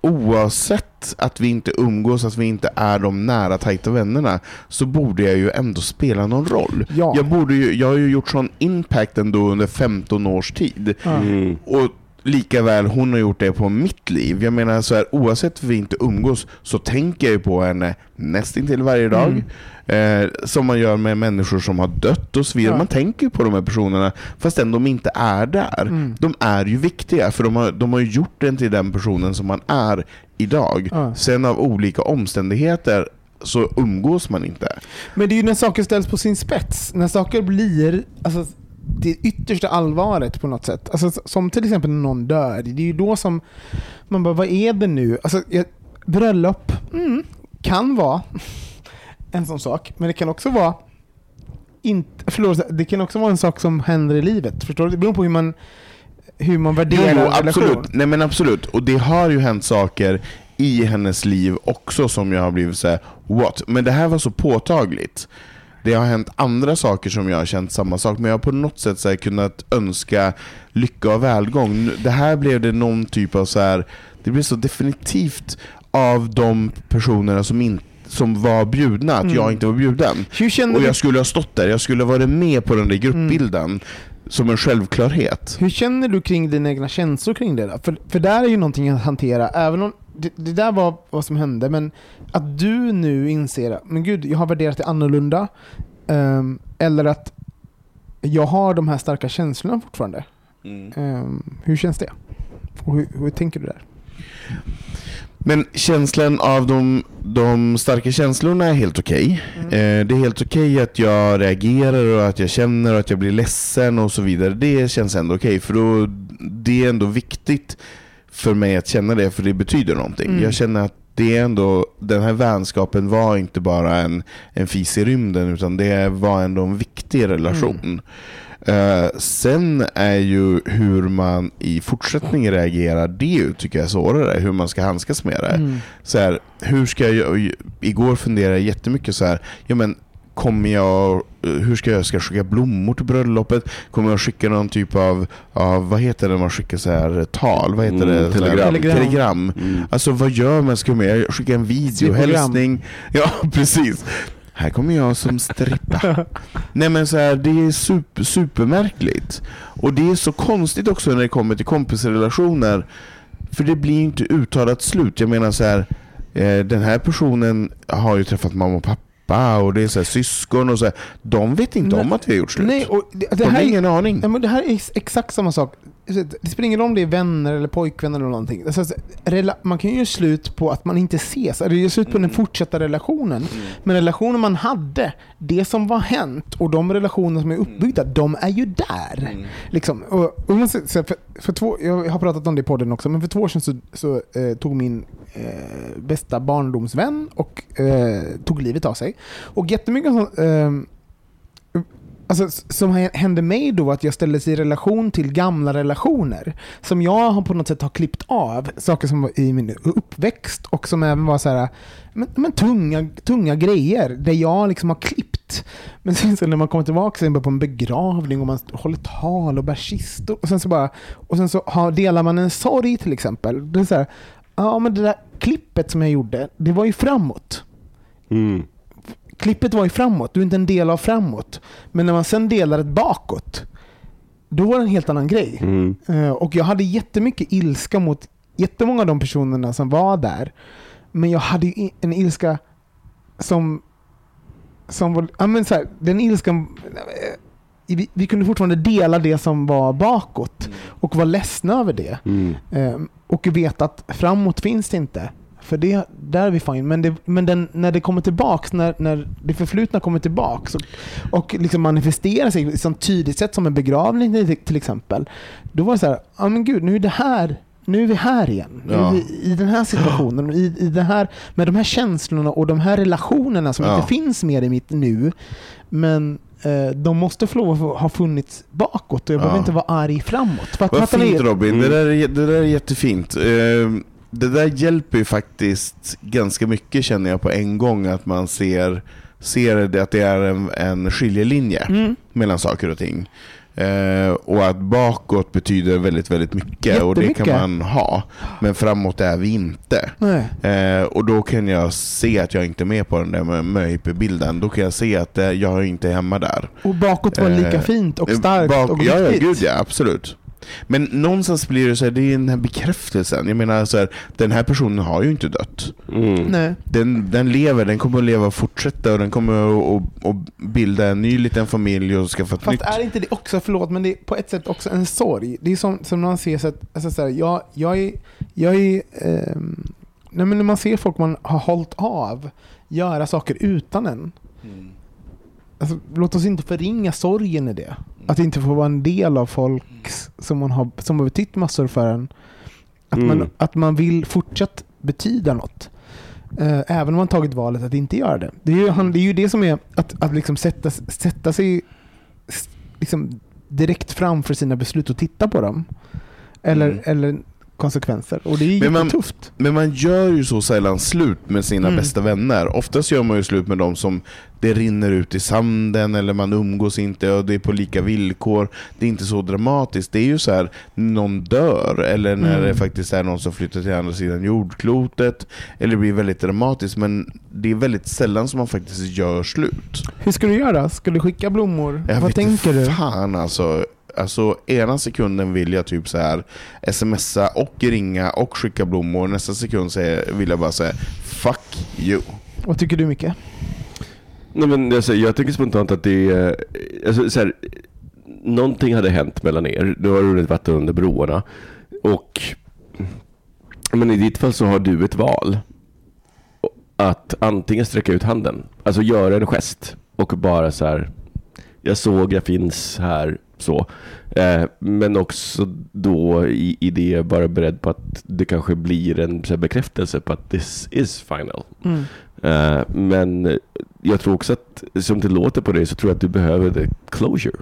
Speaker 5: oavsett att vi inte umgås, att vi inte är de nära tajta vännerna, så borde jag ju ändå spela någon roll. Ja. Jag, borde ju, jag har ju gjort sån impact ändå under femton års tid. Mm. Och lika väl hon har gjort det på mitt liv. Jag menar så här, oavsett att vi inte umgås så tänker jag ju på henne nästan till varje dag. Mm. Eh, som man gör med människor som har dött och så vidare. Ja. Man tänker ju på de här personerna fast ändå de inte är där. Mm. De är ju viktiga för de har, de har gjort den till den personen som man är idag. Ja. Sen av olika omständigheter så umgås man inte.
Speaker 4: Men det är ju när saker ställs på sin spets. När saker blir, alltså, det yttersta allvaret på något sätt. Alltså, som till exempel när någon dör. Det är ju då som man bara, vad är det nu? Alltså, bröllop mm, kan vara en sån sak. Men det kan också vara inte, förlåt, det kan också vara en sak som händer i livet. Förstår du? Det beror på hur man hur man värderar jo, jo,
Speaker 5: absolut. Nej, men absolut. Och det har ju hänt saker i hennes liv också som jag har blivit så här, what? Men det här var så påtagligt. Det har hänt andra saker som jag har känt samma sak, men jag har på något sätt så här kunnat önska lycka och välgång. Det här blev det någon typ av så här, det blev så definitivt av de personerna som inte som var bjudna, att mm. jag inte var bjuden. Och jag skulle ha stått där, jag skulle ha varit med på den där gruppbilden. Mm. Som en självklarhet.
Speaker 4: Hur känner du kring dina egna känslor kring det då? För, för där är ju någonting att hantera. Även om det, det där var vad som hände. Men att du nu inser, men gud, jag har värderat det annorlunda. Um, eller att jag har de här starka känslorna fortfarande. Mm. Um, hur känns det? Och hur, hur tänker du där?
Speaker 5: Men känslan av de, de starka känslorna är helt okej. Okay. Mm. Eh, det är helt okej okay att jag reagerar och att jag känner och att jag blir ledsen och så vidare. Det känns ändå okej, okay, för då, det är ändå viktigt för mig att känna det, för det betyder någonting. Mm. Jag känner att det är ändå, den här vänskapen var inte bara en, en fis i rymden, utan det var ändå en viktig relation. Mm. Uh, sen är ju hur man i fortsättningen reagerar, det ju, tycker jag är svårare, hur man ska handskas med det. Mm. Så här, hur ska jag, igår funderade jag jättemycket så här, ja men kommer jag, hur ska jag ska jag skicka blommor till bröllopet? Kommer jag skicka någon typ av, av vad heter det man skickar så här tal, vad heter mm, det?
Speaker 7: Telegram.
Speaker 5: Telegram. Telegram. Mm. Alltså vad gör man? Ska jag skicka en video, hälsning? Ja, precis. Här kommer jag som strippa. Nej men så här, det är super, supermärkligt. Och det är så konstigt också när det kommer till kompisrelationer. För det blir inte uttalat slut. Jag menar så här, eh, den här personen har ju träffat mamma och pappa och det är så här, syskon och så här. De vet inte nej, om att vi har gjort slut.
Speaker 4: Nej, och det, det
Speaker 5: De
Speaker 4: här
Speaker 5: har ingen aning.
Speaker 4: Nej, men det här är exakt samma sak. Det spelar ingen roll om det är vänner eller pojkvänner eller någonting. Alltså, man kan ju göra slut på att man inte ses. Eller göra slut på mm. den fortsatta relationen. Mm. Men relationen man hade, det som var hänt och de relationer som är uppbyggda, mm. de är ju där. Mm. Liksom. Och, och för, för två, jag har pratat om det i podden också, men för två år sedan så, så eh, tog min eh, bästa barndomsvän och eh, tog livet av sig. Och jättemycket sånt, eh, alltså, som hände mig då, att jag ställdes i relation till gamla relationer som jag har på något sätt har klippt av, saker som var i min uppväxt och som även var så här, men, men tunga, tunga grejer där jag liksom har klippt. Men sen så när man kommer tillbaka sen på en begravning och man håller tal och bär kistor och sen så bara och sen så har, delar man en sorg till exempel. Det är så här, ja men det där klippet som jag gjorde, det var ju framåt.
Speaker 7: Mm.
Speaker 4: Klippet var ju framåt, du är inte en del av framåt. Men när man sen delar ett bakåt, då var det en helt annan grej.
Speaker 7: Mm.
Speaker 4: Uh, och jag hade jättemycket ilska mot jättemånga av de personerna som var där. Men jag hade ju en ilska som som var, ja men så här, den ilskan, vi, vi kunde fortfarande dela det som var bakåt och vara ledsna över det.
Speaker 7: Mm.
Speaker 4: Uh, och veta att framåt finns det inte. För det, där är vi fine. Men, det, men den, när det kommer tillbaks, när, när det förflutna kommer tillbaks och, och liksom manifesterar sig på ett tydligt sätt som en begravning till, till exempel, då var det så här, ja men gud, nu är det här, nu är vi här igen. Nu
Speaker 5: Ja.
Speaker 4: är vi i den här situationen, i, i det här, med de här känslorna och de här relationerna som
Speaker 5: Ja.
Speaker 4: inte finns mer i mitt nu. Men eh, de måste få lov att ha funnits bakåt och jag
Speaker 5: Ja.
Speaker 4: behöver inte vara arg framåt. För att,
Speaker 5: Vad
Speaker 4: fattar ni?
Speaker 5: fint Robin,
Speaker 7: Mm.
Speaker 5: det, där är, det där är jättefint. Eh, det där hjälper ju faktiskt ganska mycket, känner jag på en gång, att man ser, ser det, att det är en, en skiljelinje
Speaker 4: Mm.
Speaker 5: mellan saker och ting. Eh, och att bakåt betyder väldigt, väldigt mycket och det kan
Speaker 4: Jättemycket.
Speaker 5: man ha. Men framåt är vi inte.
Speaker 4: Nej.
Speaker 5: Eh, och då kan jag se att jag inte är med på den där med möjligbilden. Då kan jag se att eh, jag inte är hemma där.
Speaker 4: Och bakåt var lika
Speaker 5: Eh,
Speaker 4: fint och starkt
Speaker 5: Bak-
Speaker 4: och
Speaker 5: ja, ja,
Speaker 4: viktigt.
Speaker 5: gud ja, absolut. Men någonstans blir det så här, det är den här bekräftelsen. Jag menar så här, den här personen har ju inte dött.
Speaker 7: Mm.
Speaker 4: Nej.
Speaker 5: Den, den lever, den kommer att leva och fortsätta och den kommer att, att, att bilda en ny liten familj och skaffa ett
Speaker 4: Fast
Speaker 5: nytt.
Speaker 4: är inte det också, förlåt, men det är på ett sätt också en sorg. Det är som, som när man ser så att, alltså så här, jag, jag är, jag är ehm, nej men när man ser folk man har hållit av göra saker utan en.
Speaker 5: Mm.
Speaker 4: Alltså, låt oss inte förringa sorgen i det. Att inte få vara en del av folk som man har, som har betytt massor för en. Att,
Speaker 7: Mm.
Speaker 4: man, att man vill fortsatt betyda något. Eh, även om man tagit valet att inte göra det. Det är ju, han, det, är ju det som är att, att liksom sätta, sätta sig s- liksom direkt framför sina beslut och titta på dem. Eller,
Speaker 5: Mm.
Speaker 4: eller konsekvenser. Och det är
Speaker 5: Men man-
Speaker 4: jättetufft.
Speaker 5: Men man gör ju så sällan slut med sina
Speaker 4: Mm.
Speaker 5: bästa vänner. Oftast gör man ju slut med dem som det rinner ut i sanden eller man umgås inte och det är på lika villkor. Det är inte så dramatiskt. Det är ju så här, någon dör eller när
Speaker 4: Mm.
Speaker 5: det faktiskt är någon som flyttar till andra sidan jordklotet. Eller det blir väldigt dramatiskt, men det är väldigt sällan som man faktiskt gör slut.
Speaker 4: Hur ska du göra? Ska du skicka blommor?
Speaker 5: Jag
Speaker 4: Vad
Speaker 5: vet
Speaker 4: tänker
Speaker 5: inte
Speaker 4: du?
Speaker 5: fan alltså. Alltså ena sekunden vill jag typ så här smsa och ringa och skicka blommor. Nästa sekund säger, vill jag bara säga fuck you.
Speaker 4: Vad tycker du, Micke?
Speaker 7: Nej, men alltså, jag tycker spontant att det är alltså, så här, någonting hade hänt mellan er. Du har runnit vatten under broarna och men i ditt fall så har du ett val att antingen sträcka ut handen, alltså göra en gest och bara så här, jag såg, jag finns här så, eh, men också då i, i det bara beredd på att det kanske blir en så här, bekräftelse på att this is final.
Speaker 4: Mm.
Speaker 7: Eh, men jag tror också att som det låter på dig så tror jag att du behöver the closure.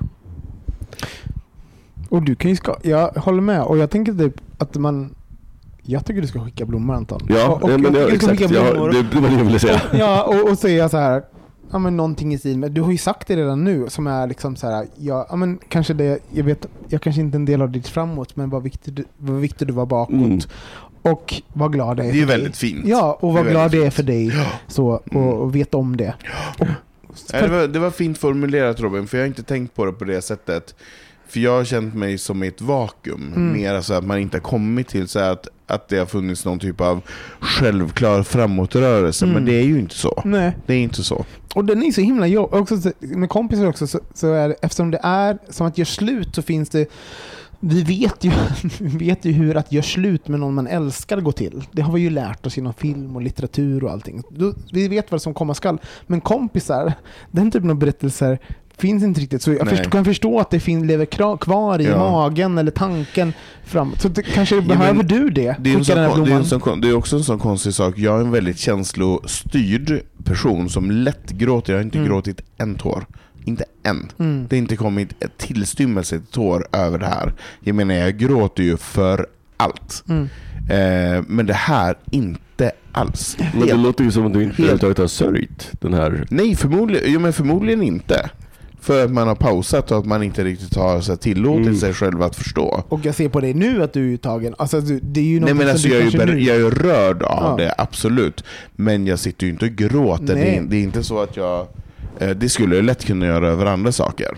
Speaker 4: Och du kan ju ska, jag håller med. Och jag tänker typ att man, jag tycker du ska skicka blommor, Anton.
Speaker 7: Ja,
Speaker 4: och, och
Speaker 7: ja, men
Speaker 4: jag
Speaker 7: jag,
Speaker 4: tycker du ska
Speaker 7: exakt.
Speaker 4: skicka
Speaker 7: Ja,
Speaker 4: blommor.
Speaker 7: det, det var det jag ville säga.
Speaker 4: Ja, och, och säga så här, ja men någonting i stil med, du har ju sagt det redan nu som är liksom så här, ja, ja men kanske det, jag vet, jag kanske inte är en del av ditt framåt, men vad viktigt du, vad viktigt du var bakåt.
Speaker 7: Mm.
Speaker 4: Och vad glad det är
Speaker 5: Det är
Speaker 4: för
Speaker 5: väldigt
Speaker 4: dig.
Speaker 5: fint.
Speaker 4: Ja, och
Speaker 5: Det är
Speaker 4: vad glad
Speaker 5: väldigt
Speaker 4: det är för dig. Så, och, och vet om det. Och,
Speaker 5: Ja, det, var, det var fint formulerat, Robin, för jag har inte tänkt på det på det sättet. För jag har känt mig som i ett vakuum.
Speaker 4: Mm.
Speaker 5: Mer så att man inte har kommit till så att, att det har funnits någon typ av självklar framåtrörelse.
Speaker 4: Mm.
Speaker 5: Men det är ju inte så.
Speaker 4: nej.
Speaker 5: Det är inte så.
Speaker 4: Och den är så himla jobb. Också så- med kompisar också så, så är det, eftersom det är som att göra slut så finns det, vi vet ju, vi vet ju hur att göra slut med någon man älskar gå till. Det har vi ju lärt oss inom film och litteratur och allting. Då, vi vet vad som komma skall. Men kompisar, den typen av berättelser finns inte riktigt. Så jag
Speaker 5: Nej.
Speaker 4: förstår, kan förstå att det fin, lever kra, kvar i
Speaker 5: Ja.
Speaker 4: magen eller tanken framåt. Så det, kanske
Speaker 5: Ja,
Speaker 4: behöver
Speaker 5: men
Speaker 4: du det.
Speaker 5: Det är, en
Speaker 4: Skicka
Speaker 5: sån,
Speaker 4: den här
Speaker 5: kon- det, är en
Speaker 4: blomman.
Speaker 5: sån, kon- det är också en sån konstig sak. Jag är en väldigt känslostyrd person som lätt gråter. Jag har inte
Speaker 4: Mm.
Speaker 5: gråtit en tår Inte än.
Speaker 4: Mm.
Speaker 5: Det har inte kommit ett tillstymmelse till tår över det här. Jag menar, jag gråter ju för allt.
Speaker 4: Mm.
Speaker 5: Eh, men det här inte alls.
Speaker 7: Men det
Speaker 5: Helt,
Speaker 7: låter ju som att du inte överhuvudtaget har sörjt den här...
Speaker 5: Nej, förmodligen, jo, men förmodligen inte. För att man har pausat och att man inte riktigt har så här, tillåtit
Speaker 7: Mm.
Speaker 5: sig själv att förstå.
Speaker 4: Och jag ser på dig nu att du är tagen. Alltså, det är ju
Speaker 5: Nej, men alltså,
Speaker 4: du
Speaker 5: jag, är ju
Speaker 4: kanske
Speaker 5: ber-
Speaker 4: nu-
Speaker 5: jag är ju rörd av
Speaker 4: Ja.
Speaker 5: det, absolut. Men jag sitter ju inte och gråter. Det
Speaker 4: Nej.
Speaker 5: är, det är inte så att jag... Eh, det skulle jag lätt kunna göra över andra saker.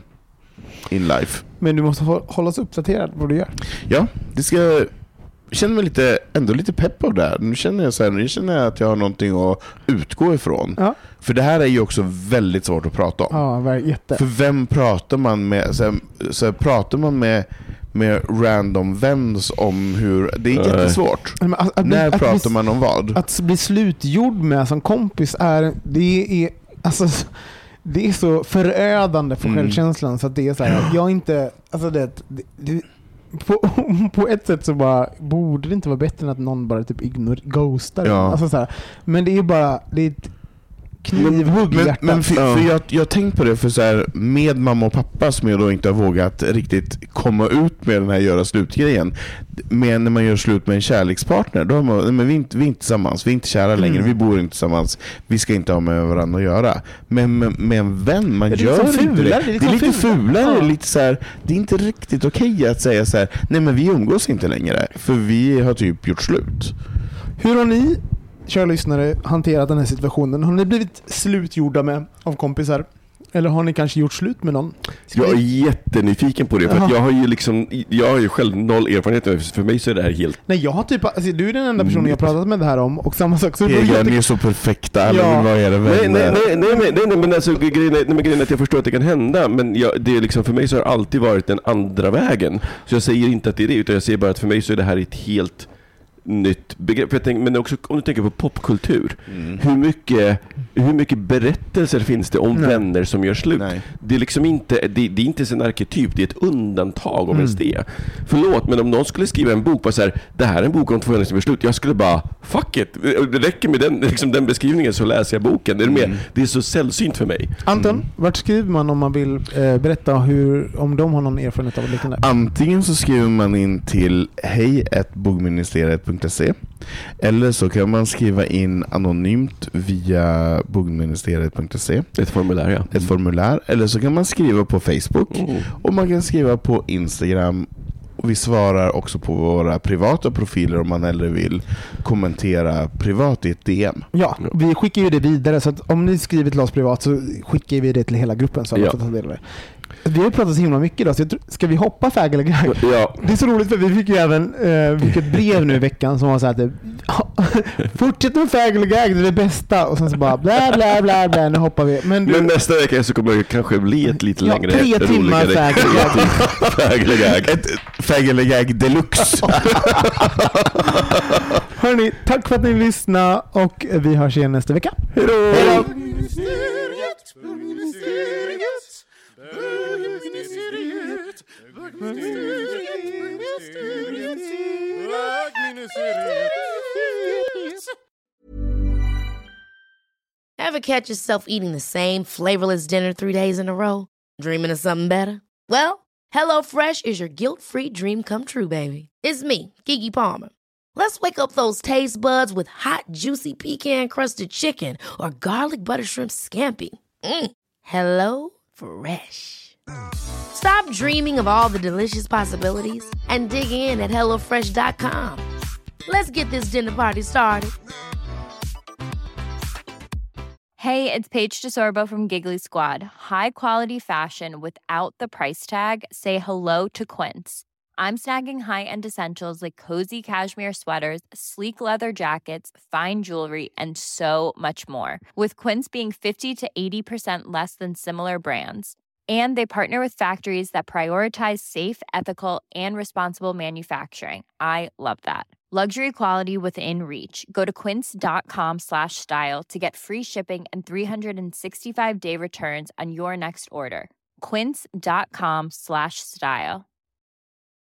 Speaker 5: In life.
Speaker 4: Men du måste hå- hålla oss uppdaterad på vad du gör.
Speaker 5: Ja, det ska... Jag känner mig lite, ändå lite pepp av det här. Nu känner jag så här, nu känner jag att jag har någonting att utgå ifrån.
Speaker 4: Ja.
Speaker 5: För det här är ju också väldigt svårt att prata om.
Speaker 4: Ja, ver- jätte.
Speaker 5: För vem pratar man med? Så här, så här, pratar man med, med random vänner om hur... Det är
Speaker 7: Nej.
Speaker 5: jättesvårt.
Speaker 4: Men att, att,
Speaker 5: När
Speaker 4: att,
Speaker 5: pratar
Speaker 4: bli,
Speaker 5: man om vad?
Speaker 4: Att bli slutgjord med som kompis är... Det är... Alltså... Det är så förödande för
Speaker 5: Mm.
Speaker 4: självkänslan så att det är så här, jag inte, alltså det, det, det på, på ett sätt så bara borde det inte vara bättre än att någon bara typ ignor, ghostar.
Speaker 5: Ja.
Speaker 4: Alltså så här, men det är bara, det är ett knivhugg i
Speaker 5: Men,
Speaker 4: hjärtat.
Speaker 5: men för,
Speaker 7: Ja.
Speaker 5: för jag, jag har tänkt på det för så här, med mamma och pappa som jag då inte har vågat riktigt komma ut med den här göra slut-grejen. Men när man gör slut med en kärlekspartner, då har man, men vi, är inte, vi är inte tillsammans, vi är inte kära längre,
Speaker 4: Mm.
Speaker 5: vi bor inte tillsammans, vi ska inte ha med varandra att göra. Men med, med en vän, man
Speaker 4: Ja, det är
Speaker 5: gör
Speaker 4: liksom
Speaker 5: inte
Speaker 4: fulare,
Speaker 5: det.
Speaker 4: det är
Speaker 5: Det är
Speaker 4: liksom
Speaker 5: lite
Speaker 4: fulare.
Speaker 5: fulare,
Speaker 4: Ja.
Speaker 5: lite så här, det är inte riktigt okej att säga så här, nej men vi umgås inte längre, för vi har typ gjort slut.
Speaker 4: Hur har ni, kära lyssnare, hanterat den här situationen? Har ni blivit slutgjorda med av kompisar? Eller har ni kanske gjort slut med någon? Ska
Speaker 7: Jag är
Speaker 4: vi-
Speaker 7: jättenyfiken på det, för att jag har ju liksom, jag har ju själv noll erfarenhet. För mig så är det här helt...
Speaker 4: Nej, jag har typ, alltså, du är den enda personen jag har pratat med det här om, och samma sak så
Speaker 5: Egentligen
Speaker 4: jag
Speaker 5: är
Speaker 4: tyck-
Speaker 5: ni så perfekta, alla
Speaker 4: Ja.
Speaker 5: vill vara era
Speaker 7: Nej,
Speaker 5: vänner.
Speaker 7: nej, nej, nej, nej, nej, nej, men alltså grejen är, nej, men grejen är att jag förstår att det kan hända, men jag, det är liksom, för mig så har det alltid varit den andra vägen. Så jag säger inte att det är det, utan jag säger bara att för mig så är det här ett helt nytt begrepp. För jag tänker, men också om du tänker på popkultur,
Speaker 5: Mm.
Speaker 7: hur mycket, hur mycket berättelser finns det om
Speaker 4: Nej.
Speaker 7: vänner som gör slut?
Speaker 5: Nej.
Speaker 7: Det är liksom inte, det, det är inte en arketyp, det är ett undantag om
Speaker 4: Mm.
Speaker 7: ens det. Förlåt, men om någon skulle skriva en bok, bara så här, det här är en bok om två vänner som gör slut, jag skulle bara, fuck it, det räcker med den, liksom den beskrivningen så läser jag boken. Det är,
Speaker 5: Mm.
Speaker 7: med, det är så sällsynt för mig.
Speaker 4: Anton, vart skriver man om man vill eh, berätta hur, om de har någon erfarenhet av liknande?
Speaker 5: Antingen så skriver man in till hej at bogministeriet punkt se eller så kan man skriva in anonymt via bogministeriet punkt se,
Speaker 7: Ett formulär, ja.
Speaker 5: ett formulär, eller så kan man skriva på Facebook
Speaker 7: Mm.
Speaker 5: och man kan skriva på Instagram, och vi svarar också på våra privata profiler om man hellre vill kommentera privat i ett D M.
Speaker 4: Ja, vi skickar ju det vidare, så att om ni skriver till oss privat så skickar vi det till hela gruppen så alla
Speaker 7: Ja.
Speaker 4: får ta del av det. Vi har ju pratat så himla mycket idag, så jag tror, ska vi hoppa fag eller gag?
Speaker 7: Ja.
Speaker 4: Det är så roligt för vi fick ju även eh, vi fick ett brev nu i veckan som var så här typ, fortsätt med fag eller gag, det är det bästa, och sen så bara bla bla bla bla, nu hoppar vi. Men, du,
Speaker 7: Men nästa vecka så kommer det kanske bli ett lite
Speaker 4: Ja,
Speaker 7: längre,
Speaker 4: tre timmar
Speaker 7: roligare-
Speaker 4: fag eller gag.
Speaker 7: fag eller gag.
Speaker 5: Ett fag eller gag deluxe.
Speaker 4: Hörni, tack för att ni lyssnade och vi hörs igen nästa vecka.
Speaker 7: Hej då!
Speaker 6: Bögministeriet, bögministeriet, bögministeriet, bögministeriet, bögministeriet, bögministeriet.
Speaker 1: Ever catch yourself eating the same flavorless dinner three days in a row? Dreaming of something better? Well, HelloFresh is your guilt-free dream come true, baby. It's me, Keke Palmer. Let's wake up those taste buds with hot, juicy pecan-crusted chicken or garlic butter shrimp scampi. Mm. Hello Fresh. Stop dreaming of all the delicious possibilities and dig in at hello fresh dot com. Let's get this dinner party started.
Speaker 11: Hey, it's Paige DeSorbo from Giggly Squad. High quality fashion without the price tag. Say hello to Quince. I'm snagging high-end essentials like cozy cashmere sweaters, sleek leather jackets, fine jewelry, and so much more. With Quince being fifty to eighty percent less than similar brands. And they partner with factories that prioritize safe, ethical, and responsible manufacturing. I love that. Luxury quality within reach. Go to quince.com slash style to get free shipping and three sixty-five day returns on your next order. Quince.com slash style.